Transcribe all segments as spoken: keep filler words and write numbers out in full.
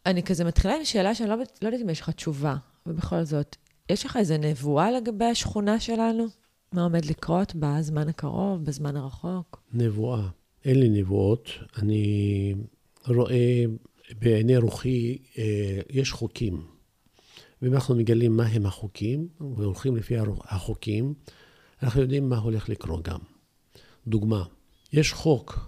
אני כזה מתחילה עם שאלה שאני לא, לא יודעת אם יש לך תשובה, ובכל זאת, יש לך איזו נבואה לגבי השכונה שלנו? מה עומד לקרות בזמן הקרוב, בזמן הרחוק? נבואה. אין לי נבואות. אני רואה בעיני רוחי, יש חוקים. ואם אנחנו מגלים מה הם החוקים, והולכים לפי החוקים, אנחנו יודעים מה הולך לקרות גם. דוגמה, יש חוק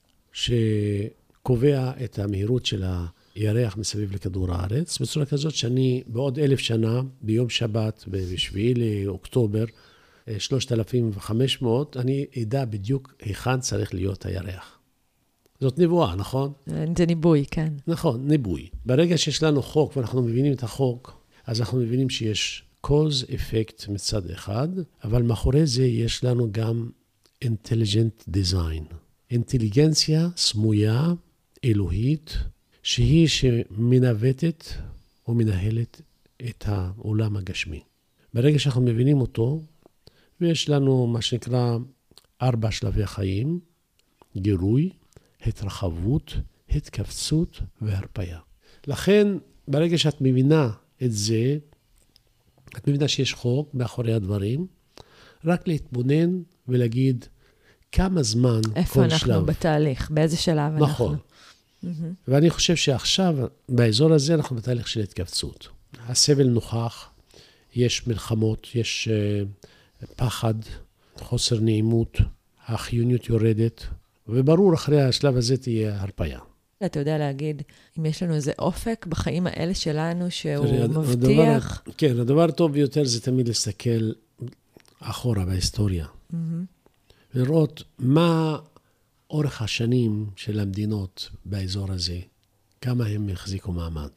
שקובע את המהירות של הירח מסביב לכדור הארץ, בצורה כזאת שאני בעוד אלף שנה, ביום שבת, בשביעי לאוקטובר, שלושת אלפים וחמש מאות, אני אדע בדיוק היכן צריך להיות הירח. זאת נבואה, נכון? זה ניבוי, כן. נכון, ניבוי. ברגע שיש לנו חוק ואנחנו מבינים את החוק, אז אנחנו מבינים שיש cause effect מצד אחד, אבל מאחורי זה יש לנו גם intelligent design. אינטליגנציה סמויה, אלוהית, שהיא שמנווטת ומנהלת את העולם הגשמי. ברגע שאנחנו מבינים אותו, ויש לנו מה שנקרא ארבע שלבי חיים, גירוי, התרחבות, התכווצות והרפיה. לכן, ברגע שאת מבינה את זה, את מבינה שיש חוק מאחורי הדברים, רק להתבונן ולהגיד כמה זמן כל שלב. איפה אנחנו בתהליך, באיזה שלב אנחנו. נכון. ואני חושב שעכשיו, באזור הזה, אנחנו בתהליך של התכווצות. הסבל נוכח, יש מלחמות, יש פחד, חוסר נעימות, החיוניות יורדת, וברור אחרי השלב הזה תהיה הרפיה. אתה יודע להגיד, אם יש לנו איזה אופק בחיים האלה שלנו, שהוא תראה, מבטיח... הדבר, כן, הדבר הטוב ביותר זה תמיד להסתכל אחורה בהיסטוריה. Mm-hmm. ולראות מה אורך השנים של המדינות באזור הזה, כמה הם החזיקו מעמד.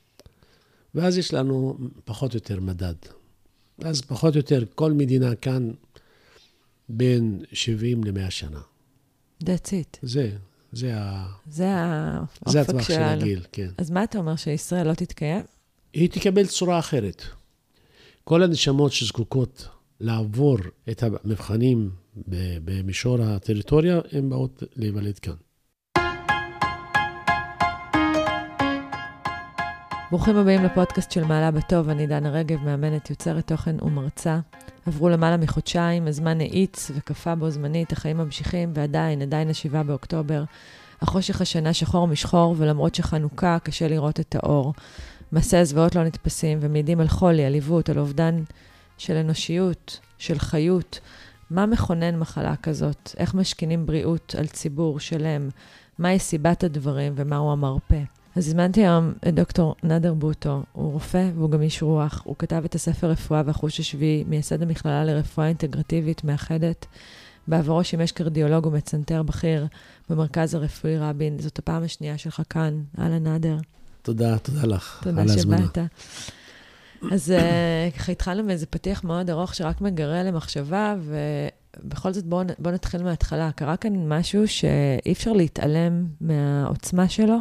ואז יש לנו פחות או יותר מדד. אז פחות או יותר כל מדינה כאן בין שבעים למאה שנה. That's it. זה, זה ה... זה האופק שלנו. זה הטווח של הגיל, כן. אז מה אתה אומר, שישראל לא תתקיים? היא תקבל צורה אחרת. כל הנשמות שזקוקות לעבור את המבחנים במישור הטריטוריה, הן באות להיוולד כאן. ברוכים הבאים לפודקאסט של מעלה בטוב, אני דנה רגב, מאמנת, יוצרת תוכן ומרצה. עברו למעלה מחודשיים, הזמן נעיץ וקפה בו זמנית, החיים ממשיכים, ועדיין, עדיין השבעה באוקטובר. החושך השנה שחור משחור, ולמרות שחנוכה קשה לראות את האור. מסע הזוועות לא נתפסים, ומעידים על חולי, על עיוות, על אובדן של אנושיות, של חיות. מה מכונן מחלה כזאת? איך משכינים בריאות על ציבור שלם? מהי סיבת הדברים ומהו המרפא? אז הזמנתי היום את דוקטור נאדר בוטו, הוא רופא והוא גם איש רוח, הוא כתב את הספר רפואה והחוש השביעי, מייסד המכללה לרפואה אינטגרטיבית מאחדת, בעברו שימש קרדיולוג ומצנתר בכיר במרכז הרפואי רבין, זאת הפעם השנייה שלך כאן, הלאה נאדר. תודה, תודה לך. תודה שבאת. אז ככה התחלנו מאיזה פתיח מאוד ארוך שרק מגרה למחשבה, ובכל זאת בואו בוא נתחיל מההתחלה. קרה כאן משהו שאי אפשר להתעלם מהעוצמה שלו,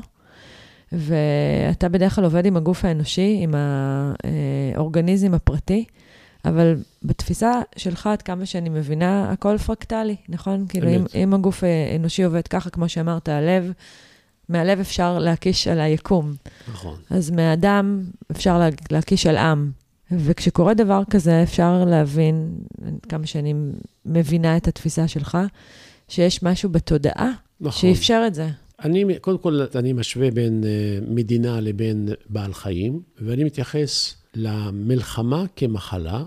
ואתה בדרך כלל עובד עם הגוף האנושי, עם האורגניזם הפרטי, אבל בתפיסה שלך, עד כמה שאני מבינה, הכל פרקטלי, נכון? כאילו, אם, אם הגוף האנושי עובד ככה, כמו שאמרת, הלב, מהלב אפשר להקיש על היקום. נכון. אז מהאדם אפשר לה, להקיש על עם. וכשקורה דבר כזה, אפשר להבין, כמה שאני מבינה את התפיסה שלך, שיש משהו בתודעה, נכון. שאפשר את זה. אני, קודם כל, אני משווה בין מדינה לבין בעל חיים, ואני מתייחס למלחמה כמחלה,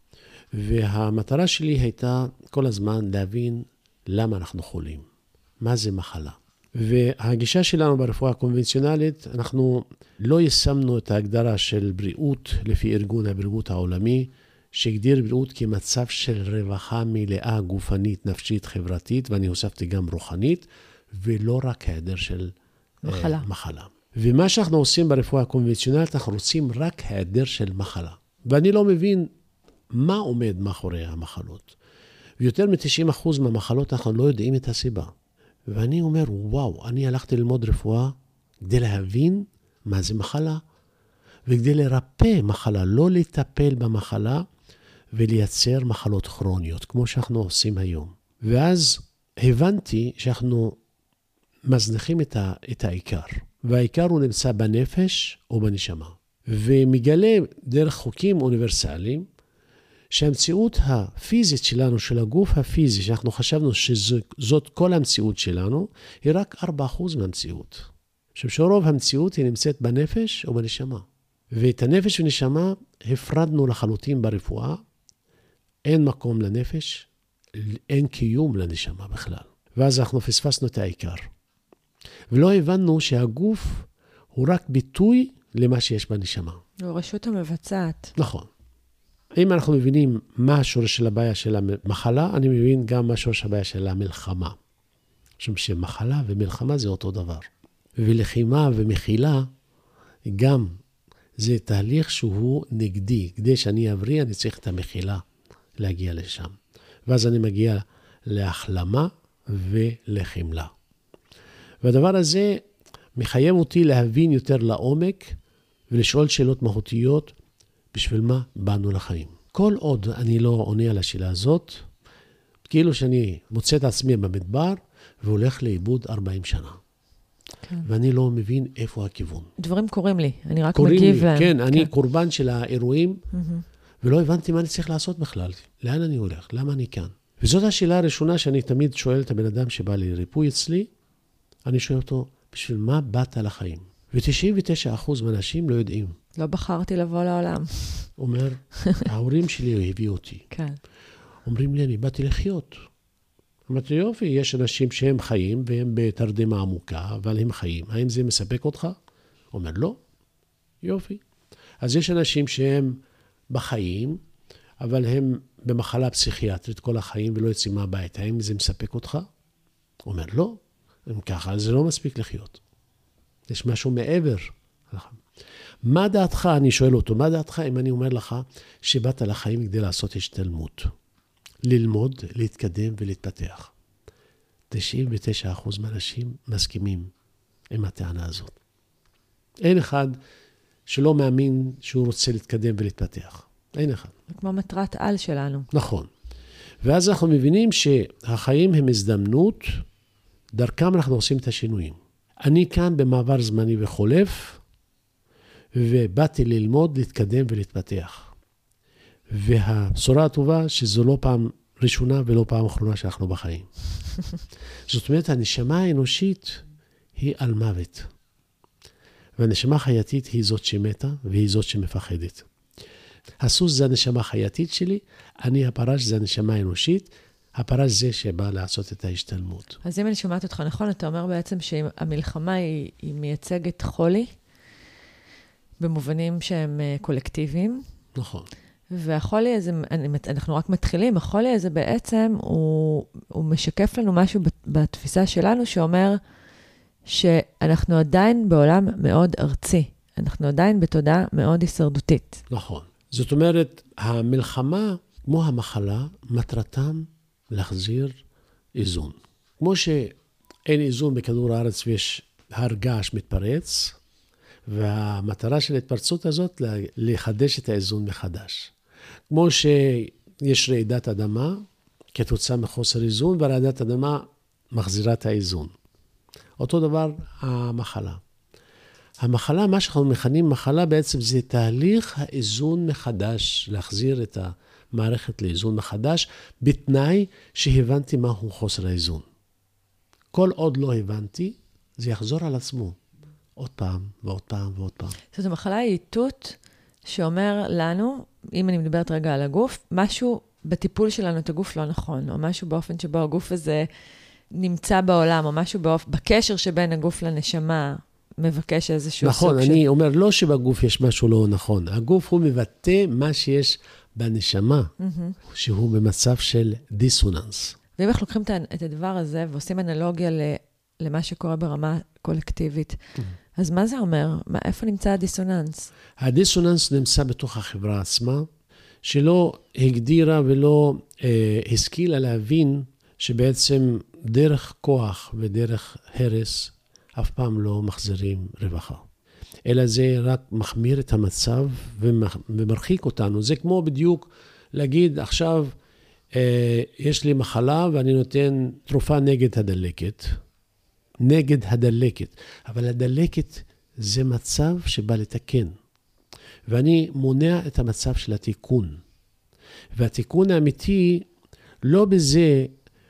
והמטרה שלי הייתה כל הזמן להבין למה אנחנו חולים, מה זה מחלה. והגישה שלנו ברפואה הקונבנציונלית, אנחנו לא יישמנו את ההגדרה של בריאות לפי ארגון הבריאות העולמי, שהגדיר בריאות כמצב של רווחה מלאה גופנית, נפשית, חברתית, ואני הוספתי גם רוחנית, ולא רק היעדר של מחלה. uh, מחלה. ומה שאנחנו עושים ברפואה הקונבנציונלית, אנחנו רוצים רק היעדר של מחלה. ואני לא מבין מה עומד מאחורי המחלות. ויותר מ-תשעים אחוז מהמחלות אנחנו לא יודעים את הסיבה. ואני אומר, וואו, אני הלכתי ללמוד רפואה כדי להבין מה זה מחלה, וכדי לרפא מחלה, לא לטפל במחלה ולייצר מחלות כרוניות, כמו שאנחנו עושים היום. ואז הבנתי שאנחנו מזניחים את, ה, את העיקר. והעיקר הוא נמצא בנפש או בנשמה. ומגלה דרך חוקים אוניברסליים, שהמציאות הפיזית שלנו, של הגוף הפיזי, שאנחנו חשבנו שזאת כל המציאות שלנו, היא רק ארבעה אחוז מהמציאות. שרוב המציאות היא נמצאת בנפש או בנשמה. ואת הנפש ונשמה הפרדנו לחלוטין ברפואה. אין מקום לנפש, אין קיום לנשמה בכלל. ואז אנחנו פספסנו את העיקר. ולא הבנו שהגוף הוא רק ביטוי למה שיש בנשמה. הוא רשות המבצעת. נכון. אם אנחנו מבינים מה השורש של הבעיה של המחלה, אני מבין גם מה השורש הבעיה של המלחמה. משום שמחלה ומלחמה זה אותו דבר. ולחימה ומחילה גם זה תהליך שהוא נגדי. כדי שאני אבריא, אני צריך את המחילה להגיע לשם. ואז אני מגיע להחלמה ולחמלה. והדבר הזה מחייב אותי להבין יותר לעומק ולשאול שאלות מהותיות, בשביל מה באנו לחיים. כל עוד אני לא עונה על השאלה הזאת, כאילו שאני מוצא את עצמי במדבר והולך לאיבוד ארבעים שנה. כן. ואני לא מבין איפה הכיוון. דברים קורים לי, אני רק מגיב לי, להם. כן, כן, אני קורבן של האירועים, mm-hmm. ולא הבנתי מה אני צריך לעשות בכלל. לאן אני הולך? למה אני כאן? וזאת השאלה הראשונה שאני תמיד שואל את הבן אדם שבא לריפוי אצלי, אני שואל אותו, בשביל מה באת לחיים? ו-תשעים ותשעה אחוז מהאנשים לא יודעים. לא בחרתי לבוא לעולם. אומר, ההורים שלי הביאו אותי. כן. אומרים לי, אני באתי לחיות. אמרתי, יופי, יש אנשים שהם חיים, והם בתרדמה עמוקה, אבל הם חיים. האם זה מספק אותך? אומר, לא. יופי. אז יש אנשים שהם בחיים, אבל הם במחלה פסיכיאטרית כל החיים, ולא יוצאים מהבית. האם זה מספק אותך? אומר, לא. אם ככה, זה לא מספיק לחיות. יש משהו מעבר. מה דעתך, אני שואל אותו, מה דעתך אם אני אומר לך שבאת לחיים כדי לעשות השתלמות? ללמוד, להתקדם ולהתפתח. תשעים ותשעה אחוז מהאנשים מסכימים עם הטענה הזאת. אין אחד שלא מאמין שהוא רוצה להתקדם ולהתפתח. אין אחד. כמו מטרת על שלנו. נכון. ואז אנחנו מבינים שהחיים הם הזדמנות, דרכם אנחנו עושים את השינויים. אני כאן במעבר זמני וחולף, ובאתי ללמוד, להתקדם ולהתפתח. והבשורה הטובה שזו לא פעם ראשונה ולא פעם אחרונה שאנחנו בחיים. זאת אומרת, הנשמה האנושית היא על מוות. והנשמה החייתית היא זאת שמתה והיא זאת שמפחדת. הסוס זה הנשמה החייתית שלי, אני הפרש זה הנשמה האנושית, הפרש זה שבא לעשות את ההשתלמות. אז אם אני שומעת אותך נכון, אתה אומר בעצם שהמלחמה היא, היא מייצגת חולי, במובנים שהם קולקטיביים. נכון. והחולי הזה, אנחנו רק מתחילים, החולי הזה בעצם הוא, הוא משקף לנו משהו בתפיסה שלנו שאומר שאנחנו עדיין בעולם מאוד ארצי. אנחנו עדיין בתודעה מאוד הישרדותית. נכון. זאת אומרת, המלחמה, כמו המחלה, מטרתם להחזיר איזון. כמו שאין איזון בכדור הארץ ויש הר געש מתפרץ, והמטרה של ההתפרצות הזאת לחדש את האיזון מחדש. כמו שיש רעידת אדמה, כתוצאה מחוסר איזון, ורעידת אדמה מחזירה את האיזון. אותו דבר המחלה. המחלה, מה שאנחנו מכנים מחלה בעצם זה תהליך האיזון מחדש, להחזיר את המערכת לאיזון מחדש, בתנאי שהבנתי מהו חוסר האיזון. כל עוד לא הבנתי, זה יחזור על עצמו. עוד פעם ועוד פעם ועוד פעם. זאת המחלה היא איתות שאומר לנו, אם אני מדברת רגע על הגוף, משהו בטיפול שלנו את הגוף לא נכון, או משהו באופן שבו הגוף הזה נמצא בעולם, או משהו באופ... בקשר שבין הגוף לנשמה, מבקש איזשהו נכון, סוג של... נכון, אני אומר לא שבגוף יש משהו לא נכון. הגוף הוא מבטא מה שיש בנשמה, mm-hmm. שהוא במצב של דיסוננס. ואם אנחנו לוקחים את הדבר הזה ועושים אנלוגיה למה שקורה ברמה קולקטיבית, mm-hmm. אז מה זה אומר? מה, איפה נמצא הדיסוננס? הדיסוננס נמצא בתוך החברה עצמה, שלא הגדירה ולא אה, השכילה להבין שבעצם דרך כוח ודרך הרס אף פעם לא מחזירים רווחה. אלא זה רק מחמיר את המצב ומרחיק אותנו. זה כמו בדיוק להגיד עכשיו אה, יש לי מחלה ואני נותן תרופה נגד הדלקת. נגד הדלקת. אבל הדלקת זה מצב שבא לתקן. ואני מונע את המצב של התיקון. והתיקון האמיתי לא בזה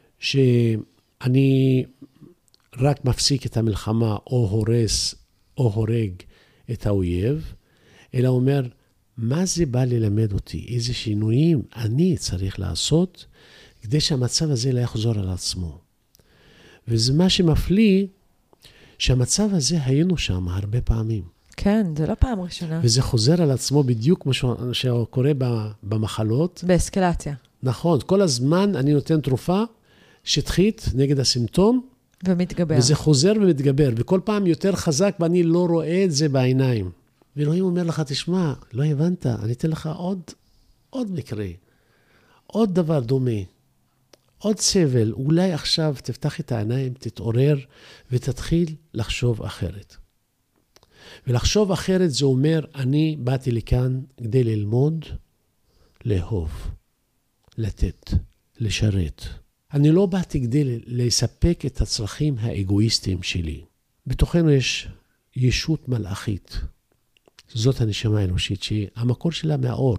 שאני רק מפסיק את המלחמה או הורס או הורג את האויב, אלא אומר, מה זה בא ללמד אותי? איזה שינויים אני צריך לעשות כדי שהמצב הזה לא יחזור על עצמו. וזה מה שמפליא, שהמצב הזה היינו שם הרבה פעמים. כן, זה לא פעם ראשונה. וזה חוזר על עצמו בדיוק כמו שקורה במחלות. באסקלציה. נכון, כל הזמן אני נותן תרופה שטחית נגד הסימפטום, ומתגבר. וזה חוזר ומתגבר, וכל פעם יותר חזק, ואני לא רואה את זה בעיניים. ואלוהים אומר לך, תשמע, לא הבנת, אני אתן לך עוד, עוד מקרה, עוד דבר דומה, עוד סבל, אולי עכשיו תפתח את העיניים, תתעורר, ותתחיל לחשוב אחרת. ולחשוב אחרת זה אומר, אני באתי לכאן כדי ללמוד, לאהוב, לתת, לשרת. אני לא באתי כדי לספק את הצרכים האגואיסטיים שלי. בתוכנו יש ישות מלאכית. זאת הנשמה האנושית שהמקור שלה מהאור.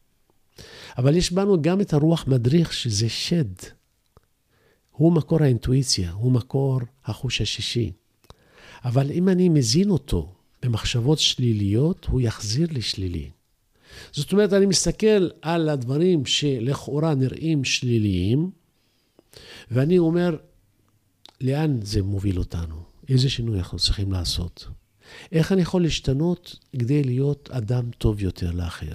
אבל יש בנו גם את הרוח מדריך שזה שד. הוא מקור האינטואיציה, הוא מקור החוש השישי. אבל אם אני מזין אותו במחשבות שליליות, הוא יחזיר לי שלילי. זאת אומרת, אני מסתכל על הדברים שלכאורה נראים שליליים, ואני אומר, לאן זה מוביל אותנו? איזה שינוי אנחנו צריכים לעשות? איך אני יכול להשתנות כדי להיות אדם טוב יותר לאחר?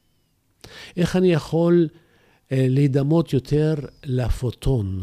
איך אני יכול אה, להידמות יותר לפוטון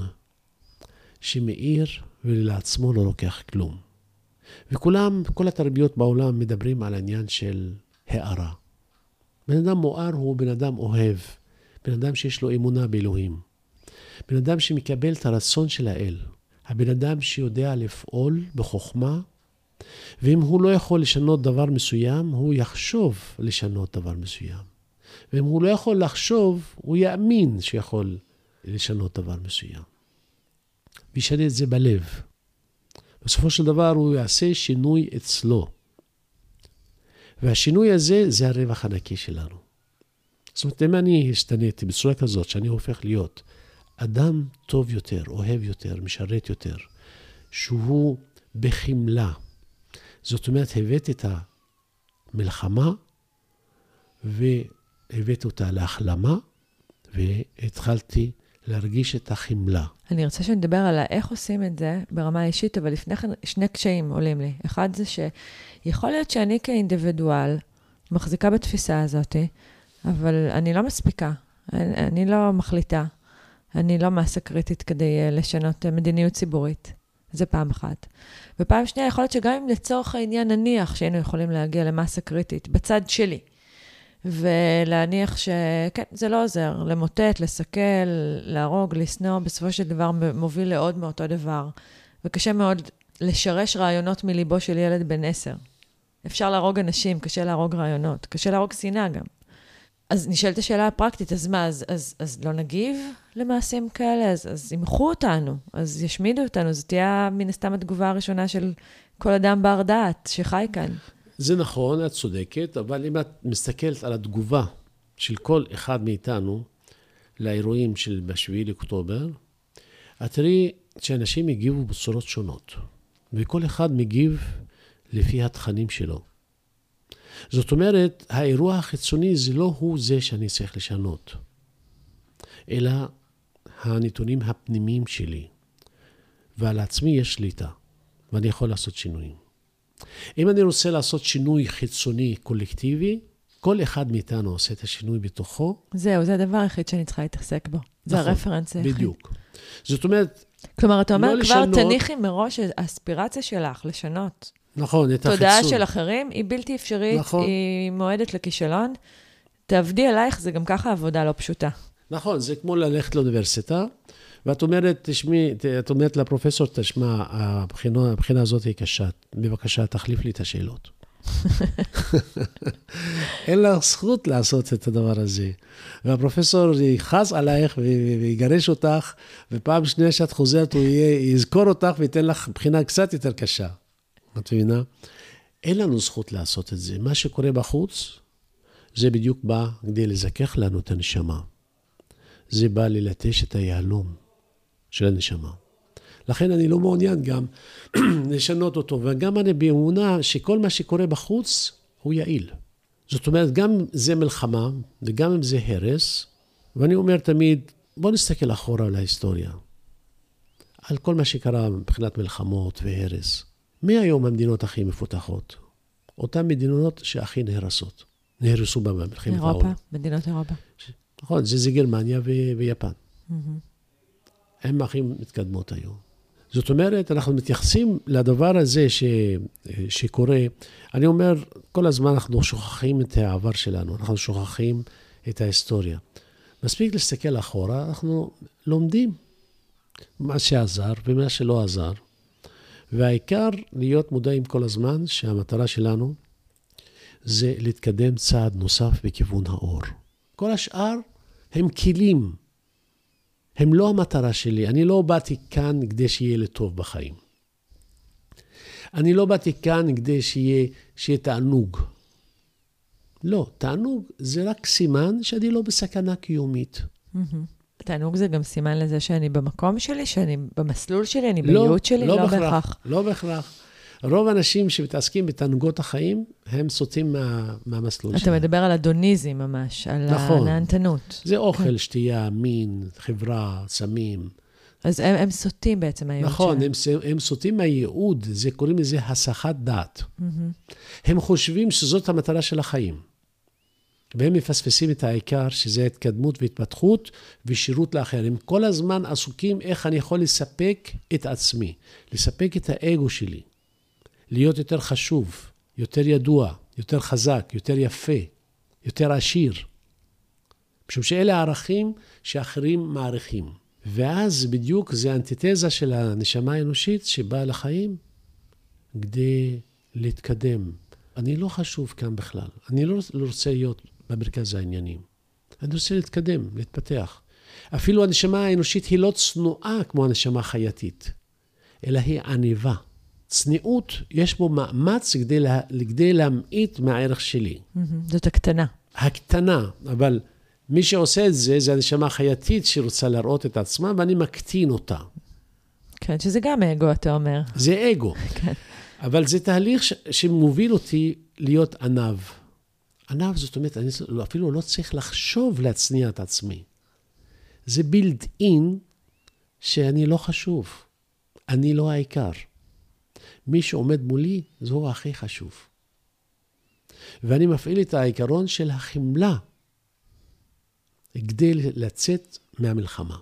שמאיר ולעצמו לא לוקח כלום? וכולם, כל התרביות בעולם מדברים על העניין של הערה. בן אדם מואר הוא בן אדם אוהב, בן אדם שיש לו אמונה באלוהים. בן אדם שמקבל את הרצון של האל. הבן אדם שיודע לפעול בחוכמה, ואם הוא לא יכול לשנות דבר מסוים, הוא יחשוב לשנות דבר מסוים. ואם הוא לא יכול לחשוב, הוא יאמין שיכול לשנות דבר מסוים. וישנה את זה בלב. בסופו של דבר הוא יעשה שינוי אצלו. והשינוי הזה זה הרווח הנקי שלנו. זאת אומרת, אם אני השתניתי בצורה כזאת, שאני הופך להיות אדם טוב יותר, אוהב יותר, משרת יותר, שהוא בחמלה. זאת אומרת, הבאת את המלחמה, והבאת אותה להחלמה, והתחלתי להרגיש את החמלה. אני רוצה שנדבר על איך עושים את זה ברמה האישית, אבל לפני כן שני קשיים עולים לי. אחד זה שיכול להיות שאני כאינדיבידואל מחזיקה בתפיסה הזאת, אבל אני לא מספיקה, אני, אני לא מחליטה, אני לא מסה קריטית כדי לשנות מדיניות ציבורית. זה פעם אחת. ופעם שנייה, יכול להיות שגם אם לצורך העניין נניח שהיינו יכולים להגיע למסה קריטית בצד שלי, ולהניח שכן, זה לא עוזר, למוטט, לסכל, להרוג, לסנוע, בסופו של דבר מוביל לעוד מאותו דבר. וקשה מאוד לשרש רעיונות מליבו של ילד בן עשר. אפשר להרוג אנשים, קשה להרוג רעיונות, קשה להרוג שנאה גם. אז נשאלת השאלה הפרקטית, אז מה, אז, אז, אז לא נגיב למעשים כאלה? אז, אז ימחו אותנו, אז ישמידו אותנו, זאת תהיה מן הסתם התגובה הראשונה של כל אדם בר דעת שחי כאן. זה נכון, את צודקת, אבל אם את מסתכלת על התגובה של כל אחד מאיתנו לאירועים של בשביעי לאוקטובר, את תראי שאנשים הגיבו בצורות שונות, וכל אחד מגיב לפי התכנים שלו. זאת אומרת, האירוע החיצוני זה לא הוא זה שאני צריך לשנות, אלא הנתונים הפנימיים שלי, ועל עצמי יש שליטה, ואני יכול לעשות שינויים. אם אני רוצה לעשות שינוי חיצוני קולקטיבי, כל אחד מאיתנו עושה את השינוי בתוכו. זהו, זה הדבר היחיד שאני צריכה להתעסק בו. זה נכון, הרפרנס היחיד. בדיוק. זאת אומרת, כלומר, אתה אומר לא כבר לשנות... תניחי מראש האספירציה שלך לשנות. נכון, את החיצון. תודעה של אחרים היא בלתי אפשרית, נכון. היא מועדת לכישלון. תעבדי עלייך, זה גם ככה עבודה לא פשוטה. נכון, זה כמו ללכת לאוניברסיטה, ואת אומרת, תשמי, את אומרת לפרופסור, תשמע, הבחינה, הבחינה הזאת היא קשה, בבקשה, תחליף לי את השאלות. אין לך זכות לעשות את הדבר הזה. והפרופסור יחס עלייך ויגרש אותך, ופעם שנייה שאת חוזרת, הוא יזכור אותך וייתן לך בחינה קצת יותר קשה. את מבינה? אין לנו זכות לעשות את זה. מה שקורה בחוץ, זה בדיוק בא כדי לזכך לנו את הנשמה. זה בא ללטש את היהלום של הנשמה. לכן אני לא מעוניין גם לשנות אותו, וגם אני באמונה שכל מה שקורה בחוץ הוא יעיל. זאת אומרת, גם זה מלחמה, וגם אם זה הרס, ואני אומר תמיד, בוא נסתכל אחורה על ההיסטוריה, על כל מה שקרה מבחינת מלחמות והרס. מי היום המדינות הכי מפותחות? אותן מדינות שהכי נהרסות, נהרסו במלחמת העולם. אירופה, מדינות אירופה. נכון, זה, זה גרמניה ו- ויפן. Mm-hmm. הן הכי מתקדמות היום. זאת אומרת, אנחנו מתייחסים לדבר הזה ש, שקורה. אני אומר, כל הזמן אנחנו שוכחים את העבר שלנו, אנחנו שוכחים את ההיסטוריה. מספיק להסתכל אחורה, אנחנו לומדים מה שעזר ומה שלא עזר. והעיקר להיות מודעים כל הזמן שהמטרה שלנו זה להתקדם צעד נוסף בכיוון האור. כל השאר הם כלים. הם לא המטרה שלי. אני לא באתי כאן כדי שיהיה לטוב בחיים. אני לא באתי כאן כדי שיהיה, שיהיה תענוג. לא, תענוג זה רק סימן שאני לא בסכנה קיומית. תענוג זה גם סימן לזה שאני במקום שלי, שאני במסלול שלי, אני בייעוד שלי, לא בהכרח. לא בהכרח. רוב האנשים שמתעסקים בתענוגות החיים, הם סוטים מה, מהמסלול שלהם. אתה מדבר על אדוניזם ממש, על נכון. הנהנתנות. זה אוכל, שתייה, מין, חברה, סמים. אז הם, הם סוטים בעצם מהייעוד נכון, שלהם. הם, הם סוטים מהייעוד, זה קוראים לזה הסחת דעת. Mm-hmm. הם חושבים שזאת המטרה של החיים. והם מפספסים את העיקר, שזה התקדמות והתפתחות ושירות לאחר. הם כל הזמן עסוקים איך אני יכול לספק את עצמי, לספק את האגו שלי. להיות יותר חשוב, יותר ידוע, יותר חזק, יותר יפה, יותר עשיר. משום שאלה הערכים שאחרים מעריכים. ואז בדיוק זה האנטיתזה של הנשמה האנושית שבאה לחיים כדי להתקדם. אני לא חשוב כאן בכלל. אני לא רוצה להיות במרכז העניינים. אני רוצה להתקדם, להתפתח. אפילו הנשמה האנושית היא לא צנועה כמו הנשמה החייתית, אלא היא עניבה. צניעות, יש בו מאמץ כדי, לה, כדי להמעיט מהערך שלי. זאת הקטנה. הקטנה, אבל מי שעושה את זה, זה הנשמה החייתית שרוצה להראות את עצמה, ואני מקטין אותה. כן, שזה גם אגו, אתה אומר. זה אגו. כן. אבל זה תהליך ש, שמוביל אותי להיות ענב. ענב, זאת אומרת, אני אפילו לא צריך לחשוב להצניע את עצמי. זה בילד אין שאני לא חשוב. אני לא העיקר. מי שעומד מולי, זהו הכי חשוב. ואני מפעיל את העיקרון של החמלה, כדי לצאת מהמלחמה.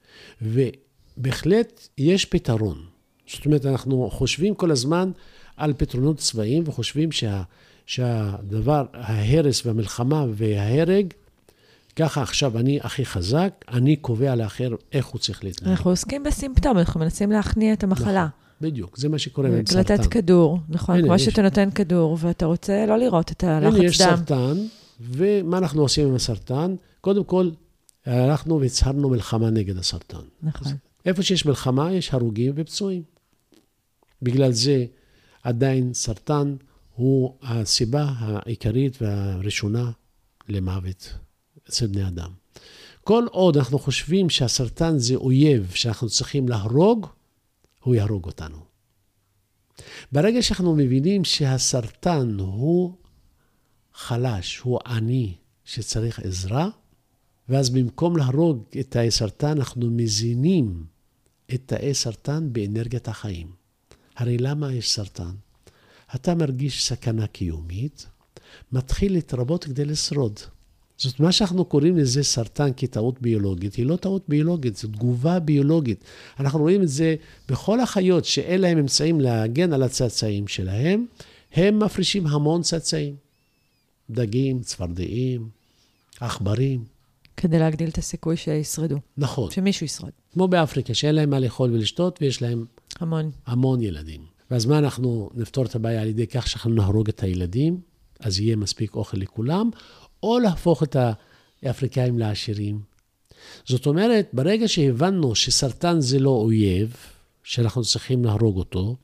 ובהחלט יש פתרון. זאת אומרת, אנחנו חושבים כל הזמן על פתרונות צבאיים, וחושבים שה, שהדבר, ההרס והמלחמה וההרג, ככה עכשיו אני הכי חזק, אני קובע לאחר איך הוא צריך להתנהג. אנחנו עוסקים בסימפטום, אנחנו מנסים להכניע את המחלה. בדיוק, זה מה שקורה עם סרטן. לתת כדור, נכון, כמו שאתה נותן כדור, ואתה רוצה לא לראות את הלחץ דם. יש סרטן, ומה אנחנו עושים עם הסרטן? קודם כל, הלכנו והצהרנו מלחמה נגד הסרטן. נכון. איפה שיש מלחמה, יש הרוגים ופצועים. בגלל זה, עדיין סרטן הוא הסיבה העיקרית והראשונה למוות אצל בני אדם. כל עוד אנחנו חושבים שהסרטן זה אויב שאנחנו צריכים להרוג, הוא יהרוג אותנו. ברגע שאנחנו מבינים שהסרטן הוא חלש, הוא עני, שצריך עזרה, ואז במקום להרוג את תאי סרטן, אנחנו מזינים את תאי סרטן באנרגיית החיים. הרי למה יש סרטן? אתה מרגיש סכנה קיומית, מתחיל להתרבות כדי לשרוד. זאת מה שאנחנו קוראים לזה סרטן כטעות ביולוגית. היא לא טעות ביולוגית, זו תגובה ביולוגית. אנחנו רואים את זה בכל החיות שאין להם אמצעים להגן על הצאצאים שלהם, הם מפרישים המון צאצאים. דגים, צפרדעים, עכברים. כדי להגדיל את הסיכוי שישרדו. נכון. שמישהו ישרוד. כמו באפריקה, שאין להם מה לאכול ולשתות, ויש להם המון. המון ילדים. ואז מה אנחנו נפתור את הבעיה על ידי כך שאנחנו נהרוג את הילדים, אז יהיה מספיק אוכל לכולם, או להפוך את האפריקאים לעשירים. זאת אומרת, ברגע שהבנו שסרטן זה לא אויב, שאנחנו צריכים להרוג אותו,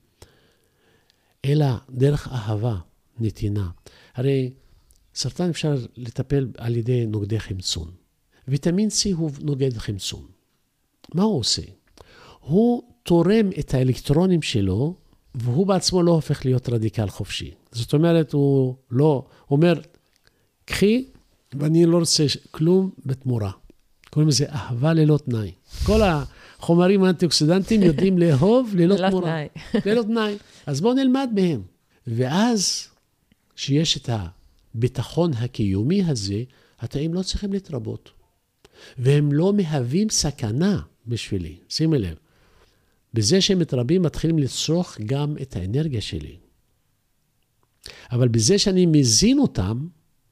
אלא דרך אהבה, נתינה. הרי סרטן אפשר לטפל על ידי נוגדי חמצון. ויטמין C הוא נוגד חמצון. מה הוא עושה? הוא תורם את האלקטרונים שלו, והוא בעצמו לא הופך להיות רדיקל חופשי. זאת אומרת, הוא לא אומר, קחי, ואני לא רוצה כלום בתמורה. קוראים לזה אהבה ללא תנאי. כל החומרים האנטי-אוקסידנטיים יודעים לאהוב ללא תמורה. ללא תנאי. אז בואו נלמד מהם. ואז, שיש את הביטחון הקיומי הזה, התאים לא צריכים להתרבות. והם לא מהווים סכנה בשבילי. שימי לב. בזה שהם מתרבים, מתחילים לצרוך גם את האנרגיה שלי. אבל בזה שאני מזין אותם,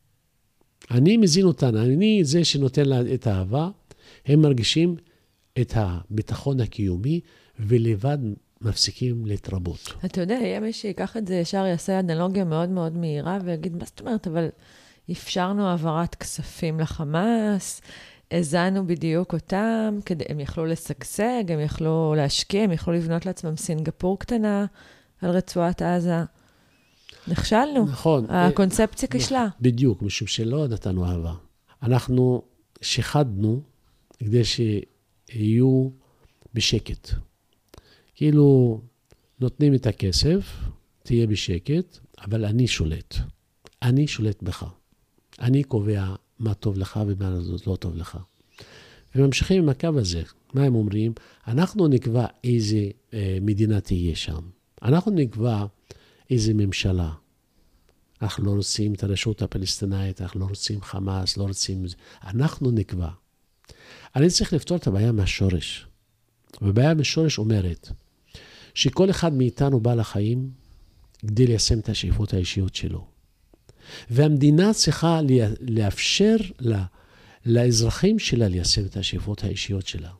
אני מזין אותם, אני זה שנותן לה את האהבה, הם מרגישים את הביטחון הקיומי, ולבד מפסיקים להתרבות. אתה יודע, יהיה מי שיקח את זה ישר, יעשה אנלוגיה מאוד מאוד מהירה, ויגיד, מה זאת אומרת, אבל אפשרנו העברת כספים לחמאס, הזנו בדיוק אותם, כדי, הם יכלו לשגשג, הם יכלו להשקיע, הם יכלו לבנות לעצמם סינגפור קטנה על רצועת עזה. נכשלנו. נכון. הקונספציה כשלה. בדיוק, משום שלא נתנו אהבה. אנחנו שחדנו כדי שיהיו בשקט. כאילו נותנים את הכסף, תהיה בשקט, אבל אני שולט. אני שולט בך. אני קובע מה טוב לך ומה לא טוב לך. וממשיכים עם הקו הזה. מה הם אומרים? אנחנו נקבע איזה אה, מדינה תהיה שם. אנחנו נקבע איזה ממשלה. אנחנו לא רוצים את הרשות הפלסטינאית, אנחנו לא רוצים חמאס, לא רוצים... אנחנו נקבע. אני צריך לפתור את הבעיה מהשורש. והבעיה מהשורש אומרת שכל אחד מאיתנו בא לחיים כדי ליישם את השאיפות האישיות שלו. והמדינה צריכה לאפשר לה, לאזרחים שלה ליישם את השאיפות האישיות שלה.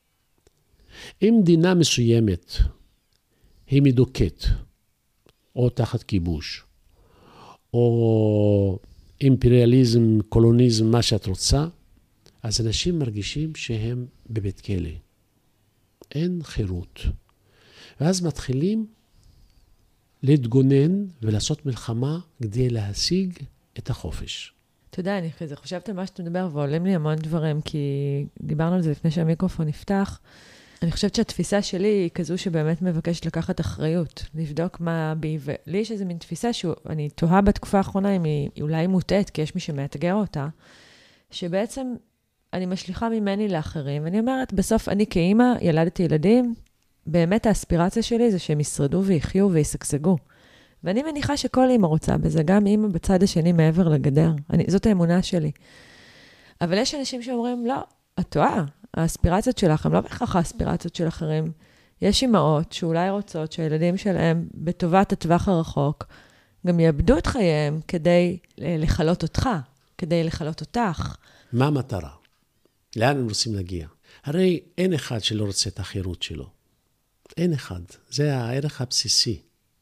אם מדינה מסוימת היא מדוכאת, או תחת כיבוש, או אימפריאליזם, קולוניזם, מה שאת רוצה, אז אנשים מרגישים שהם בבית כלא. אין חירות. ואז מתחילים להתגונן ולעשות מלחמה כדי להשיג את החופש. אתה יודע, אני כזה חושבת על מה שאתה מדבר, ועולים לי המון דברים, כי דיברנו על זה לפני שהמיקרופון נפתח. אני חושבת שהתפיסה שלי היא כזו שבאמת מבקשת לקחת אחריות, לבדוק מה בי, ולי יש איזו מין תפיסה שאני תוהה בתקופה האחרונה, אם היא אולי מוטעת, כי יש מי שמאתגר אותה, שבעצם אני משליחה ממני לאחרים, ואני אומרת, בסוף אני כאימא ילדתי ילדים, באמת האספירציה שלי זה שהם ישרדו ויחיו ויסגסגו. ואני מניחה שכל אימא רוצה בזה, גם אימא בצד השני מעבר לגדר. אני, זאת האמונה שלי. אבל יש אנשים שאומרים, לא, את טועה, האספירציות שלך, הם לא בהכרח האספירציות של אחרים. יש אימהות שאולי רוצות שהילדים שלהם, בטובת הטווח הרחוק, גם יאבדו את חייהם כדי לחלות אותך, כדי לחלות אותך. מה המטרה? לאן הם רוצים להגיע? הרי אין אחד שלא רוצה את החירות שלו. אין אחד. זה הערך הבסיסי.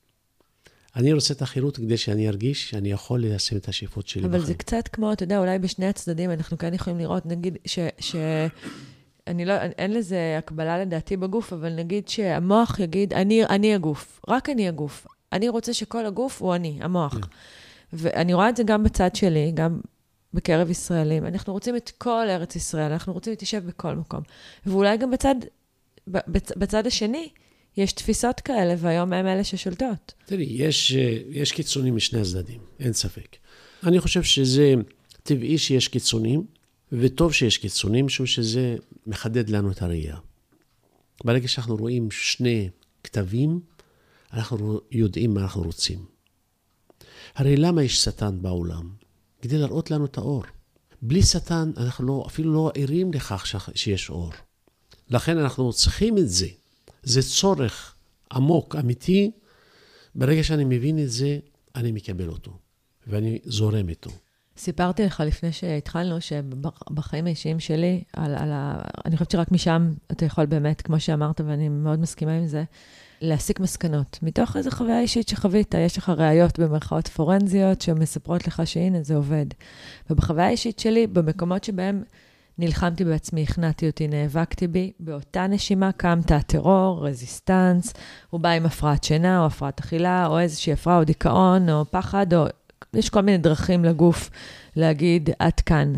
אני רוצה את החירות כדי שאני ארגיש שאני יכול ליישם את השאיפות שלי בחיים. אבל זה קצת כמו, אתה יודע, אולי בשני הצדדים אנחנו כאן יכולים לראות, נגיד ש... ש... אני לא, אין לזה הקבלה לדעתי בגוף, אבל נגיד שהמוח יגיד, אני, אני הגוף, רק אני הגוף. אני רוצה שכל הגוף הוא אני, המוח. Yeah. ואני רואה את זה גם בצד שלי, גם בקרב ישראלים. אנחנו רוצים את כל ארץ ישראל, אנחנו רוצים להתיישב בכל מקום. ואולי גם בצד, בצד השני, יש תפיסות כאלה, והיום הם אלה ששולטות. תראי, יש, יש קיצונים משני הצדדים, אין ספק. אני חושב שזה טבעי שיש קיצונים, וטוב שיש קיצונים, משום שזה מחדד לנו את הראייה. ברגע שאנחנו רואים שני כתבים, אנחנו יודעים מה אנחנו רוצים. הרי למה יש שטן בעולם? כדי להראות לנו את האור. בלי שטן, אנחנו לא, אפילו לא ערים לכך שיש אור. לכן אנחנו צריכים את זה. זה צורך עמוק, אמיתי. ברגע שאני מבין את זה, אני מקבל אותו. ואני זורם איתו. סיפרתי לך לפני שהתחלנו, שבחיים האישיים שלי, על, על ה... אני חושבת שרק משם אתה יכול באמת, כמו שאמרת, ואני מאוד מסכימה עם זה, להסיק מסקנות. מתוך איזו חוויה אישית שחווית, יש לך ראיות במרכאות פורנזיות שמספרות לך שהנה זה עובד. ובחוויה האישית שלי, במקומות שבהם נלחמתי בעצמי, הכנעתי אותי, נאבקתי בי, באותה נשימה קמת הטרור, רזיסטנס, הוא בא עם הפרעת שינה או הפרעת אכילה, או איזושהי הפרעה או דיכאון או פחד, או יש כל מיני דרכים לגוף להגיד עד כאן.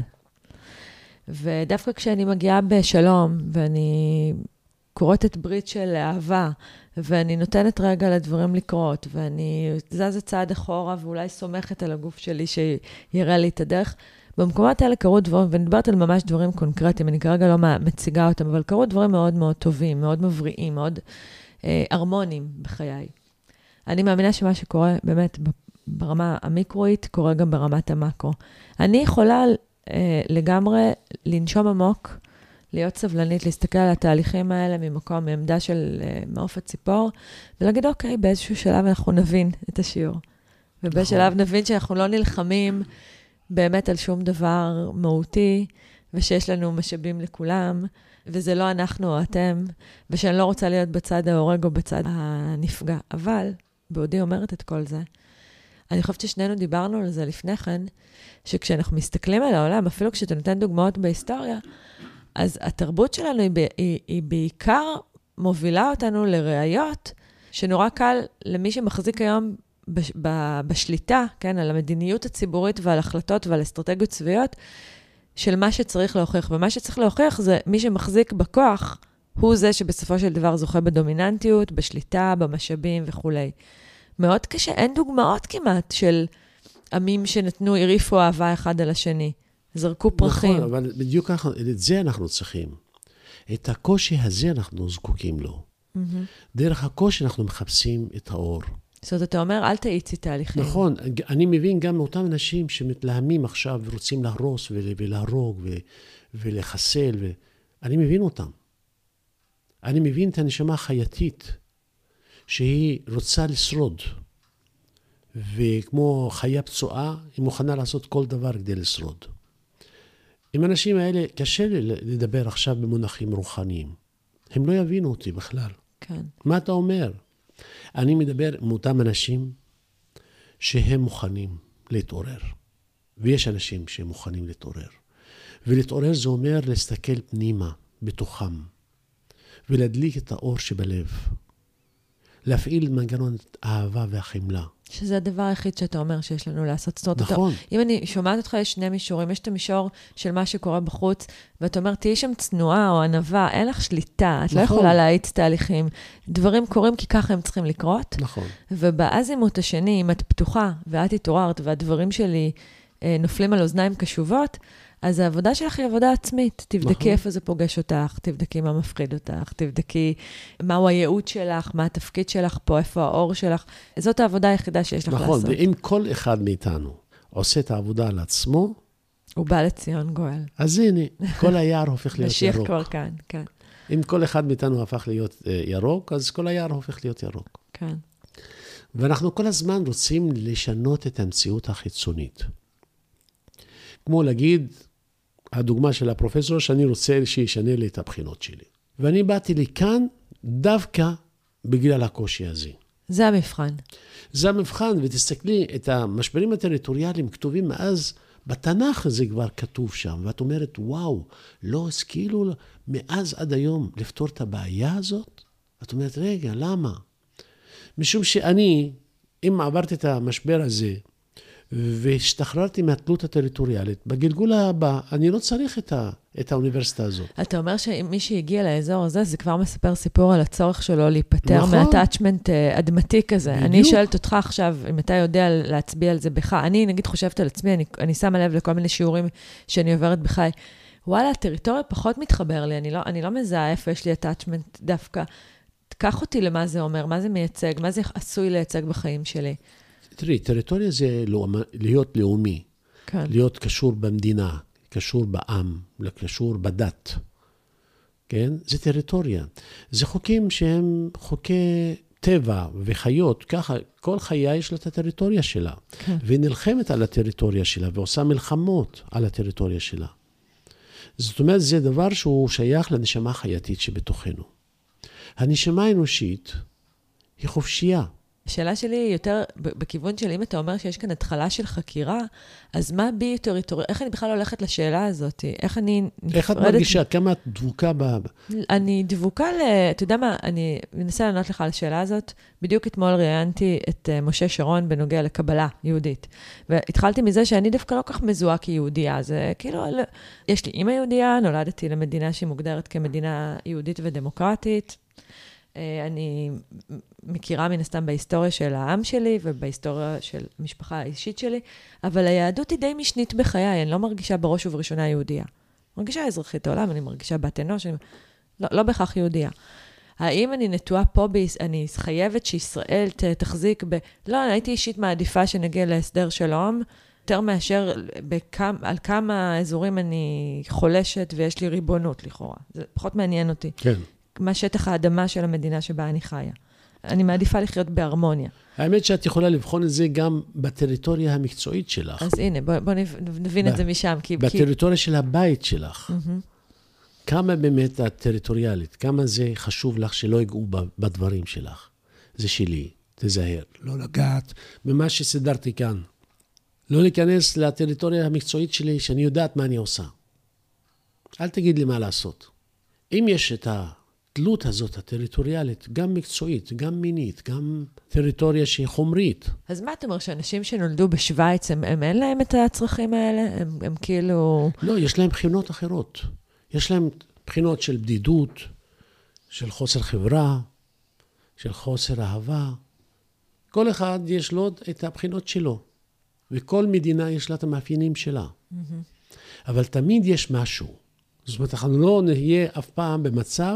ודווקא כשאני מגיעה בשלום, ואני קוראת את ברית של אהבה, ואני נותנת רגע לדברים לקרות, ואני זזה צעד אחורה, ואולי סומכת על הגוף שלי שיראה לי את הדרך, במקומות האלה קרו דברים, ואני מדברת על ממש דברים קונקרטיים, אני כרגע לא מציגה אותם, אבל קרו דברים מאוד מאוד טובים, מאוד מבריאים, מאוד אה, הרמוניים בחיי. אני מאמינה שמה שקורה באמת ברמה המיקרואית, קורה גם ברמת המקרו. אני יכולה אה, לגמרי לנשום עמוק, להיות סבלנית, להסתכל על התהליכים האלה ממקום, מעמדה של אה, מעוף הציפור, ולהגיד, אוקיי, באיזשהו שלב אנחנו נבין את השיעור. ובשלב נבין שאנחנו לא נלחמים באמת על שום דבר מהותי, ושיש לנו משאבים לכולם, וזה לא אנחנו או אתם, ושאני לא רוצה להיות בצד ההורג או בצד הנפגע. אבל, בעודי אומרת את כל זה, אני חושבת ששנינו דיברנו על זה לפני כן, שכשאנחנו מסתכלים על העולם, אפילו כשאתה נותן דוגמאות בהיסטוריה, אז התרבות שלנו היא, היא, היא בעיקר מובילה אותנו לראיות, שנורא קל למי שמחזיק היום בש, ב, בשליטה, כן, על המדיניות הציבורית ועל החלטות ועל אסטרטגיות צבאיות, של מה שצריך להוכיח. ומה שצריך להוכיח זה מי שמחזיק בכוח, הוא זה שבסופו של דבר זוכה בדומיננטיות, בשליטה, במשאבים וכו'. מאוד קשה, אין דוגמאות כמעט של עמים שנתנו, הריפו אהבה אחד על השני. זרקו פרחים. נכון, אבל בדיוק ככה, את זה אנחנו צריכים. את הקושי הזה אנחנו זקוקים לו. Mm-hmm. דרך הקושי אנחנו מחפשים את האור. זאת אומרת, אתה אומר, אל תאיצי תהליכים. נכון, אני מבין גם מאותם אנשים שמתלהמים עכשיו ורוצים להרוס ולהרוג ולחסל, אני מבין אותם. אני מבין את הנשמה החייתית, שהיא רוצה לשרוד, וכמו חיה פצועה, היא מוכנה לעשות כל דבר כדי לשרוד. עם האנשים האלה קשה לי לדבר עכשיו במונחים רוחניים. הם לא יבינו אותי בכלל. כן. מה אתה אומר? אני מדבר עם אותם אנשים שהם מוכנים להתעורר. ויש אנשים שהם מוכנים להתעורר. ולהתעורר זה אומר להסתכל פנימה בתוכם, ולהדליק את האור שבלב. להפעיל מנגנון האהבה והחמלה. שזה הדבר היחיד שאתה אומר שיש לנו לעשות. זאת אומרת, נכון. אתה, אם אני שומעת אותך, יש שני מישורים. יש את המישור של מה שקורה בחוץ, ואתה אומר, תהי שם צנועה או ענווה, אין לך שליטה, את נכון. לא יכולה להאיץ תהליכים. דברים קורים כי ככה הם צריכים לקרות. נכון. ובאזימות השני, אם את פתוחה, ואת התעוררת, והדברים שלי אה, נופלים על אוזניים קשובות, אז העבודה שלך היא עבודה עצמית. תבדקי נכון. איפה זה פוגש אותך, תבדקי מה מפחיד אותך, תבדקי מהו הייעוד שלך, מה התפקיד שלך פה, איפה האור שלך. זאת העבודה היחידה שיש לך נכון, לעשות. נכון, ואם כל אחד מאיתנו עושה את העבודה על עצמו, הוא בא לציון גואל. אז הנה, כל היער הופך להיות משיח ירוק. כבר כאן, כן. אם כל אחד מאיתנו הפך להיות ירוק, אז כל היער הופך להיות ירוק. כן. ואנחנו כל הזמן רוצים לשנות את המציאות החיצונית. כמו להגיד, הדוגמה של הפרופסור, שאני רוצה שישנה לי את הבחינות שלי. ואני באתי לכאן דווקא בגלל הקושי הזה. זה המבחן. זה המבחן, ותסתכלי, את המשברים הטריטוריאליים כתובים מאז, בתנ"ך זה כבר כתוב שם, ואת אומרת, וואו, לא השכילו מאז עד היום לפתור את הבעיה הזאת? את אומרת, רגע, למה? משום שאני, אם עברתי את המשבר הזה, והשתחררתי מהתלות הטריטוריאלית, בגלגול הבא, אני לא צריך את, ה, את האוניברסיטה הזאת. אתה אומר שמי שהגיע לאזור הזה, זה כבר מספר סיפור על הצורך שלו להיפטר נכון. מהטאצ'מנט אדמתי כזה. בדיוק. אני שואלת אותך עכשיו, אם אתה יודע להצביע על זה בך, אני נגיד חושבת על עצמי, אני, אני שמה לב לכל מיני שיעורים שאני עוברת בחי, וואלה, הטריטוריה פחות מתחבר לי, אני לא, אני לא מזהה איפה יש לי הטאצ'מנט דווקא. תקח אותי למה זה אומר, מה זה מייצג, מה זה עשוי לייצג בחיים שלי. תראי, טריטוריה זה להיות לאומי, כן. להיות קשור במדינה, קשור בעם, קשור בדת. כן? זה טריטוריה. זה חוקים שהם חוקי טבע וחיות, ככה, כל חיה יש לה את הטריטוריה שלה. כן. והיא נלחמת על הטריטוריה שלה, ועושה מלחמות על הטריטוריה שלה. זאת אומרת, זה דבר שהוא שייך לנשמה החייתית שבתוכנו. הנשמה האנושית, היא חופשייה. השאלה שלי היא יותר בכיוון של אם אתה אומר שיש כאן התחלה של חקירה, אז מה בי יותר התעורר? איך אני בכלל הולכת לשאלה הזאת? איך אני נפרדת? איך את מרגישה? כמה את דבוקה ב... אני דבוקה ל... אתה יודע מה? אני מנסה לענות לך על השאלה הזאת. בדיוק אתמול ראיינתי את משה שרון בנוגע לקבלה יהודית. והתחלתי מזה שאני דווקא לא כך מזוהה כיהודייה. זה כאילו... יש לי אמא יהודייה, נולדתי למדינה שהיא מוגדרת כמדינה יהודית ודמוקרטית. אני מכירה מן הסתם בהיסטוריה של העם שלי ובהיסטוריה של המשפחה האישית שלי, אבל היהדות היא די משנית בחיי, אני לא מרגישה בראש ובראשונה יהודייה. מרגישה אזרחית העולם, אני מרגישה בת אנוש, אני... לא, לא בכך יהודייה. האם אני נטועה פה, ביס, אני חייבת שישראל ת, תחזיק ב... לא, אני הייתי אישית מעדיפה שנגיע להסדר שלום, יותר מאשר בכמה, על כמה אזורים אני חולשת ויש לי ריבונות לכאורה. זה פחות מעניין אותי. כן. מה שטח האדמה של המדינה שבה אני חיה. אני מעדיפה לחיות בהרמוניה. האמת שאת יכולה לבחון את זה גם בטריטוריה המקצועית שלך. אז הנה, בוא, בוא נבין ב- את זה משם. כי, בטריטוריה כי... של הבית שלך. Mm-hmm. כמה באמת את טריטוריאלית? כמה זה חשוב לך שלא יגעו בדברים שלך? זה שלי, תזהר. לא לגעת במה שסידרתי כאן. לא להיכנס לטריטוריה המקצועית שלי, שאני יודעת מה אני עושה. אל תגיד לי מה לעשות. אם יש את ה... התלות הזאת, הטריטוריאלית, גם מקצועית, גם מינית, גם טריטוריה שהיא חומרית. אז מה אתה אומר, שאנשים שנולדו בשוויץ, הם, הם אין להם את הצרכים האלה? הם, הם כאילו... לא, יש להם בחינות אחרות. יש להם בחינות של בדידות, של חוסר חברה, של חוסר אהבה. כל אחד יש לו את הבחינות שלו, וכל מדינה יש לה את המאפיינים שלה. Mm-hmm. אבל תמיד יש משהו. זאת אומרת, אנחנו לא נהיה אף פעם במצב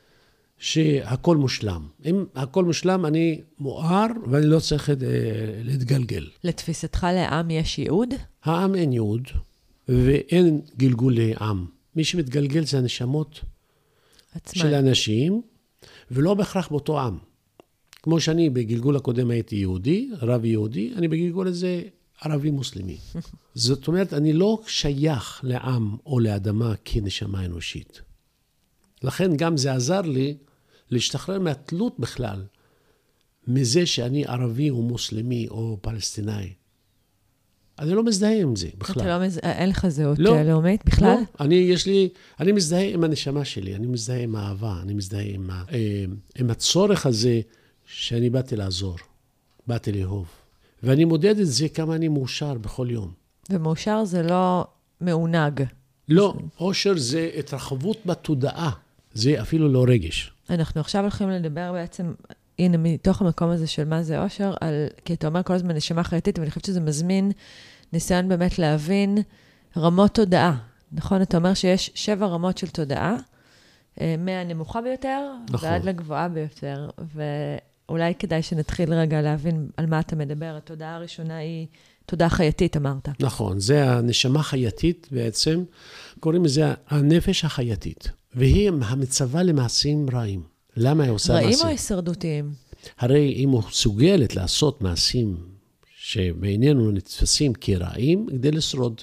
שהכל מושלם. אם הכל מושלם, אני מואר, ואני לא צריך להתגלגל. לתפיסתך לעם יש ייעוד? העם אין ייעוד, ואין גלגול לעם. מי שמתגלגל זה הנשמות עצמן. של האנשים, ולא בהכרח באותו עם. כמו שאני בגלגול הקודם הייתי יהודי, רב יהודי, אני בגלגול הזה ערבי מוסלמי. זאת אומרת, אני לא שייך לעם או לאדמה כנשמה אנושית. לכן גם זה עזר לי להשתחרר מהתלות בכלל, מזה שאני ערבי או מוסלמי או פלסטיני. אני לא מזדהה עם זה בכלל. אתה לא מזדהה, אין לך זהות לא, לאומית בכלל? לא, אני, יש לי, אני מזדהה עם הנשמה שלי, אני מזדהה עם האהבה, אני מזדהה עם, עם הצורך הזה שאני באתי לעזור, באתי לאהוב. ואני מודד את זה כמה אני מאושר בכל יום. ומאושר זה לא מעונג. לא, אושר זה התרחבות בתודעה. זה אפילו לא רגש. אנחנו עכשיו הולכים לדבר בעצם, הנה, מתוך המקום הזה של מה זה אושר, על, כי אתה אומר כל הזמן נשמה חייתית, ואני חושבת שזה מזמין ניסיון באמת להבין רמות תודעה. נכון? אתה אומר שיש שבע רמות של תודעה, מהנמוכה ביותר, נכון. ועד לגבוהה ביותר, ואולי כדאי שנתחיל רגע להבין על מה אתה מדבר. התודעה הראשונה היא תודעה חייתית, אמרת. נכון, זה הנשמה חייתית בעצם, קוראים לזה הנפש החייתית. והיא המצווה למעשים רעים. למה היא עושה מעשים? רעים או הישרדותיים? הרי אם הוא סוגלת לעשות מעשים שבעינינו נתפסים כרעים, כדי לשרוד.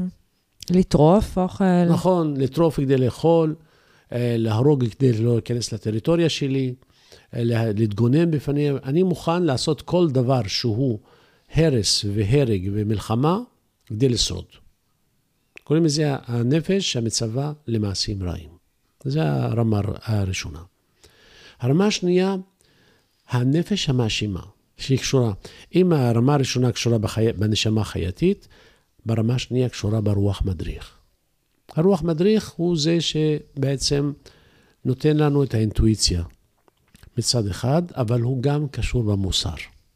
לטרוף אוכל. נכון, לטרוף כדי לאכול, להרוג כדי לא להיכנס לטריטוריה שלי, להתגונן בפנים. אני מוכן לעשות כל דבר שהוא הרס והרג ומלחמה כדי לשרוד. קוראים לזה הנפש המצווה למעשים רעים. זו הרמה הראשונה. הרמה השנייה, הנפש המאשימה, שהיא קשורה. אם הרמה הראשונה קשורה בחי... בנשמה חייתית, ברמה השנייה קשורה ברוח מדריך. הרוח מדריך הוא זה שבעצם נותן לנו את האינטואיציה מצד אחד, אבל הוא גם קשור במוסר.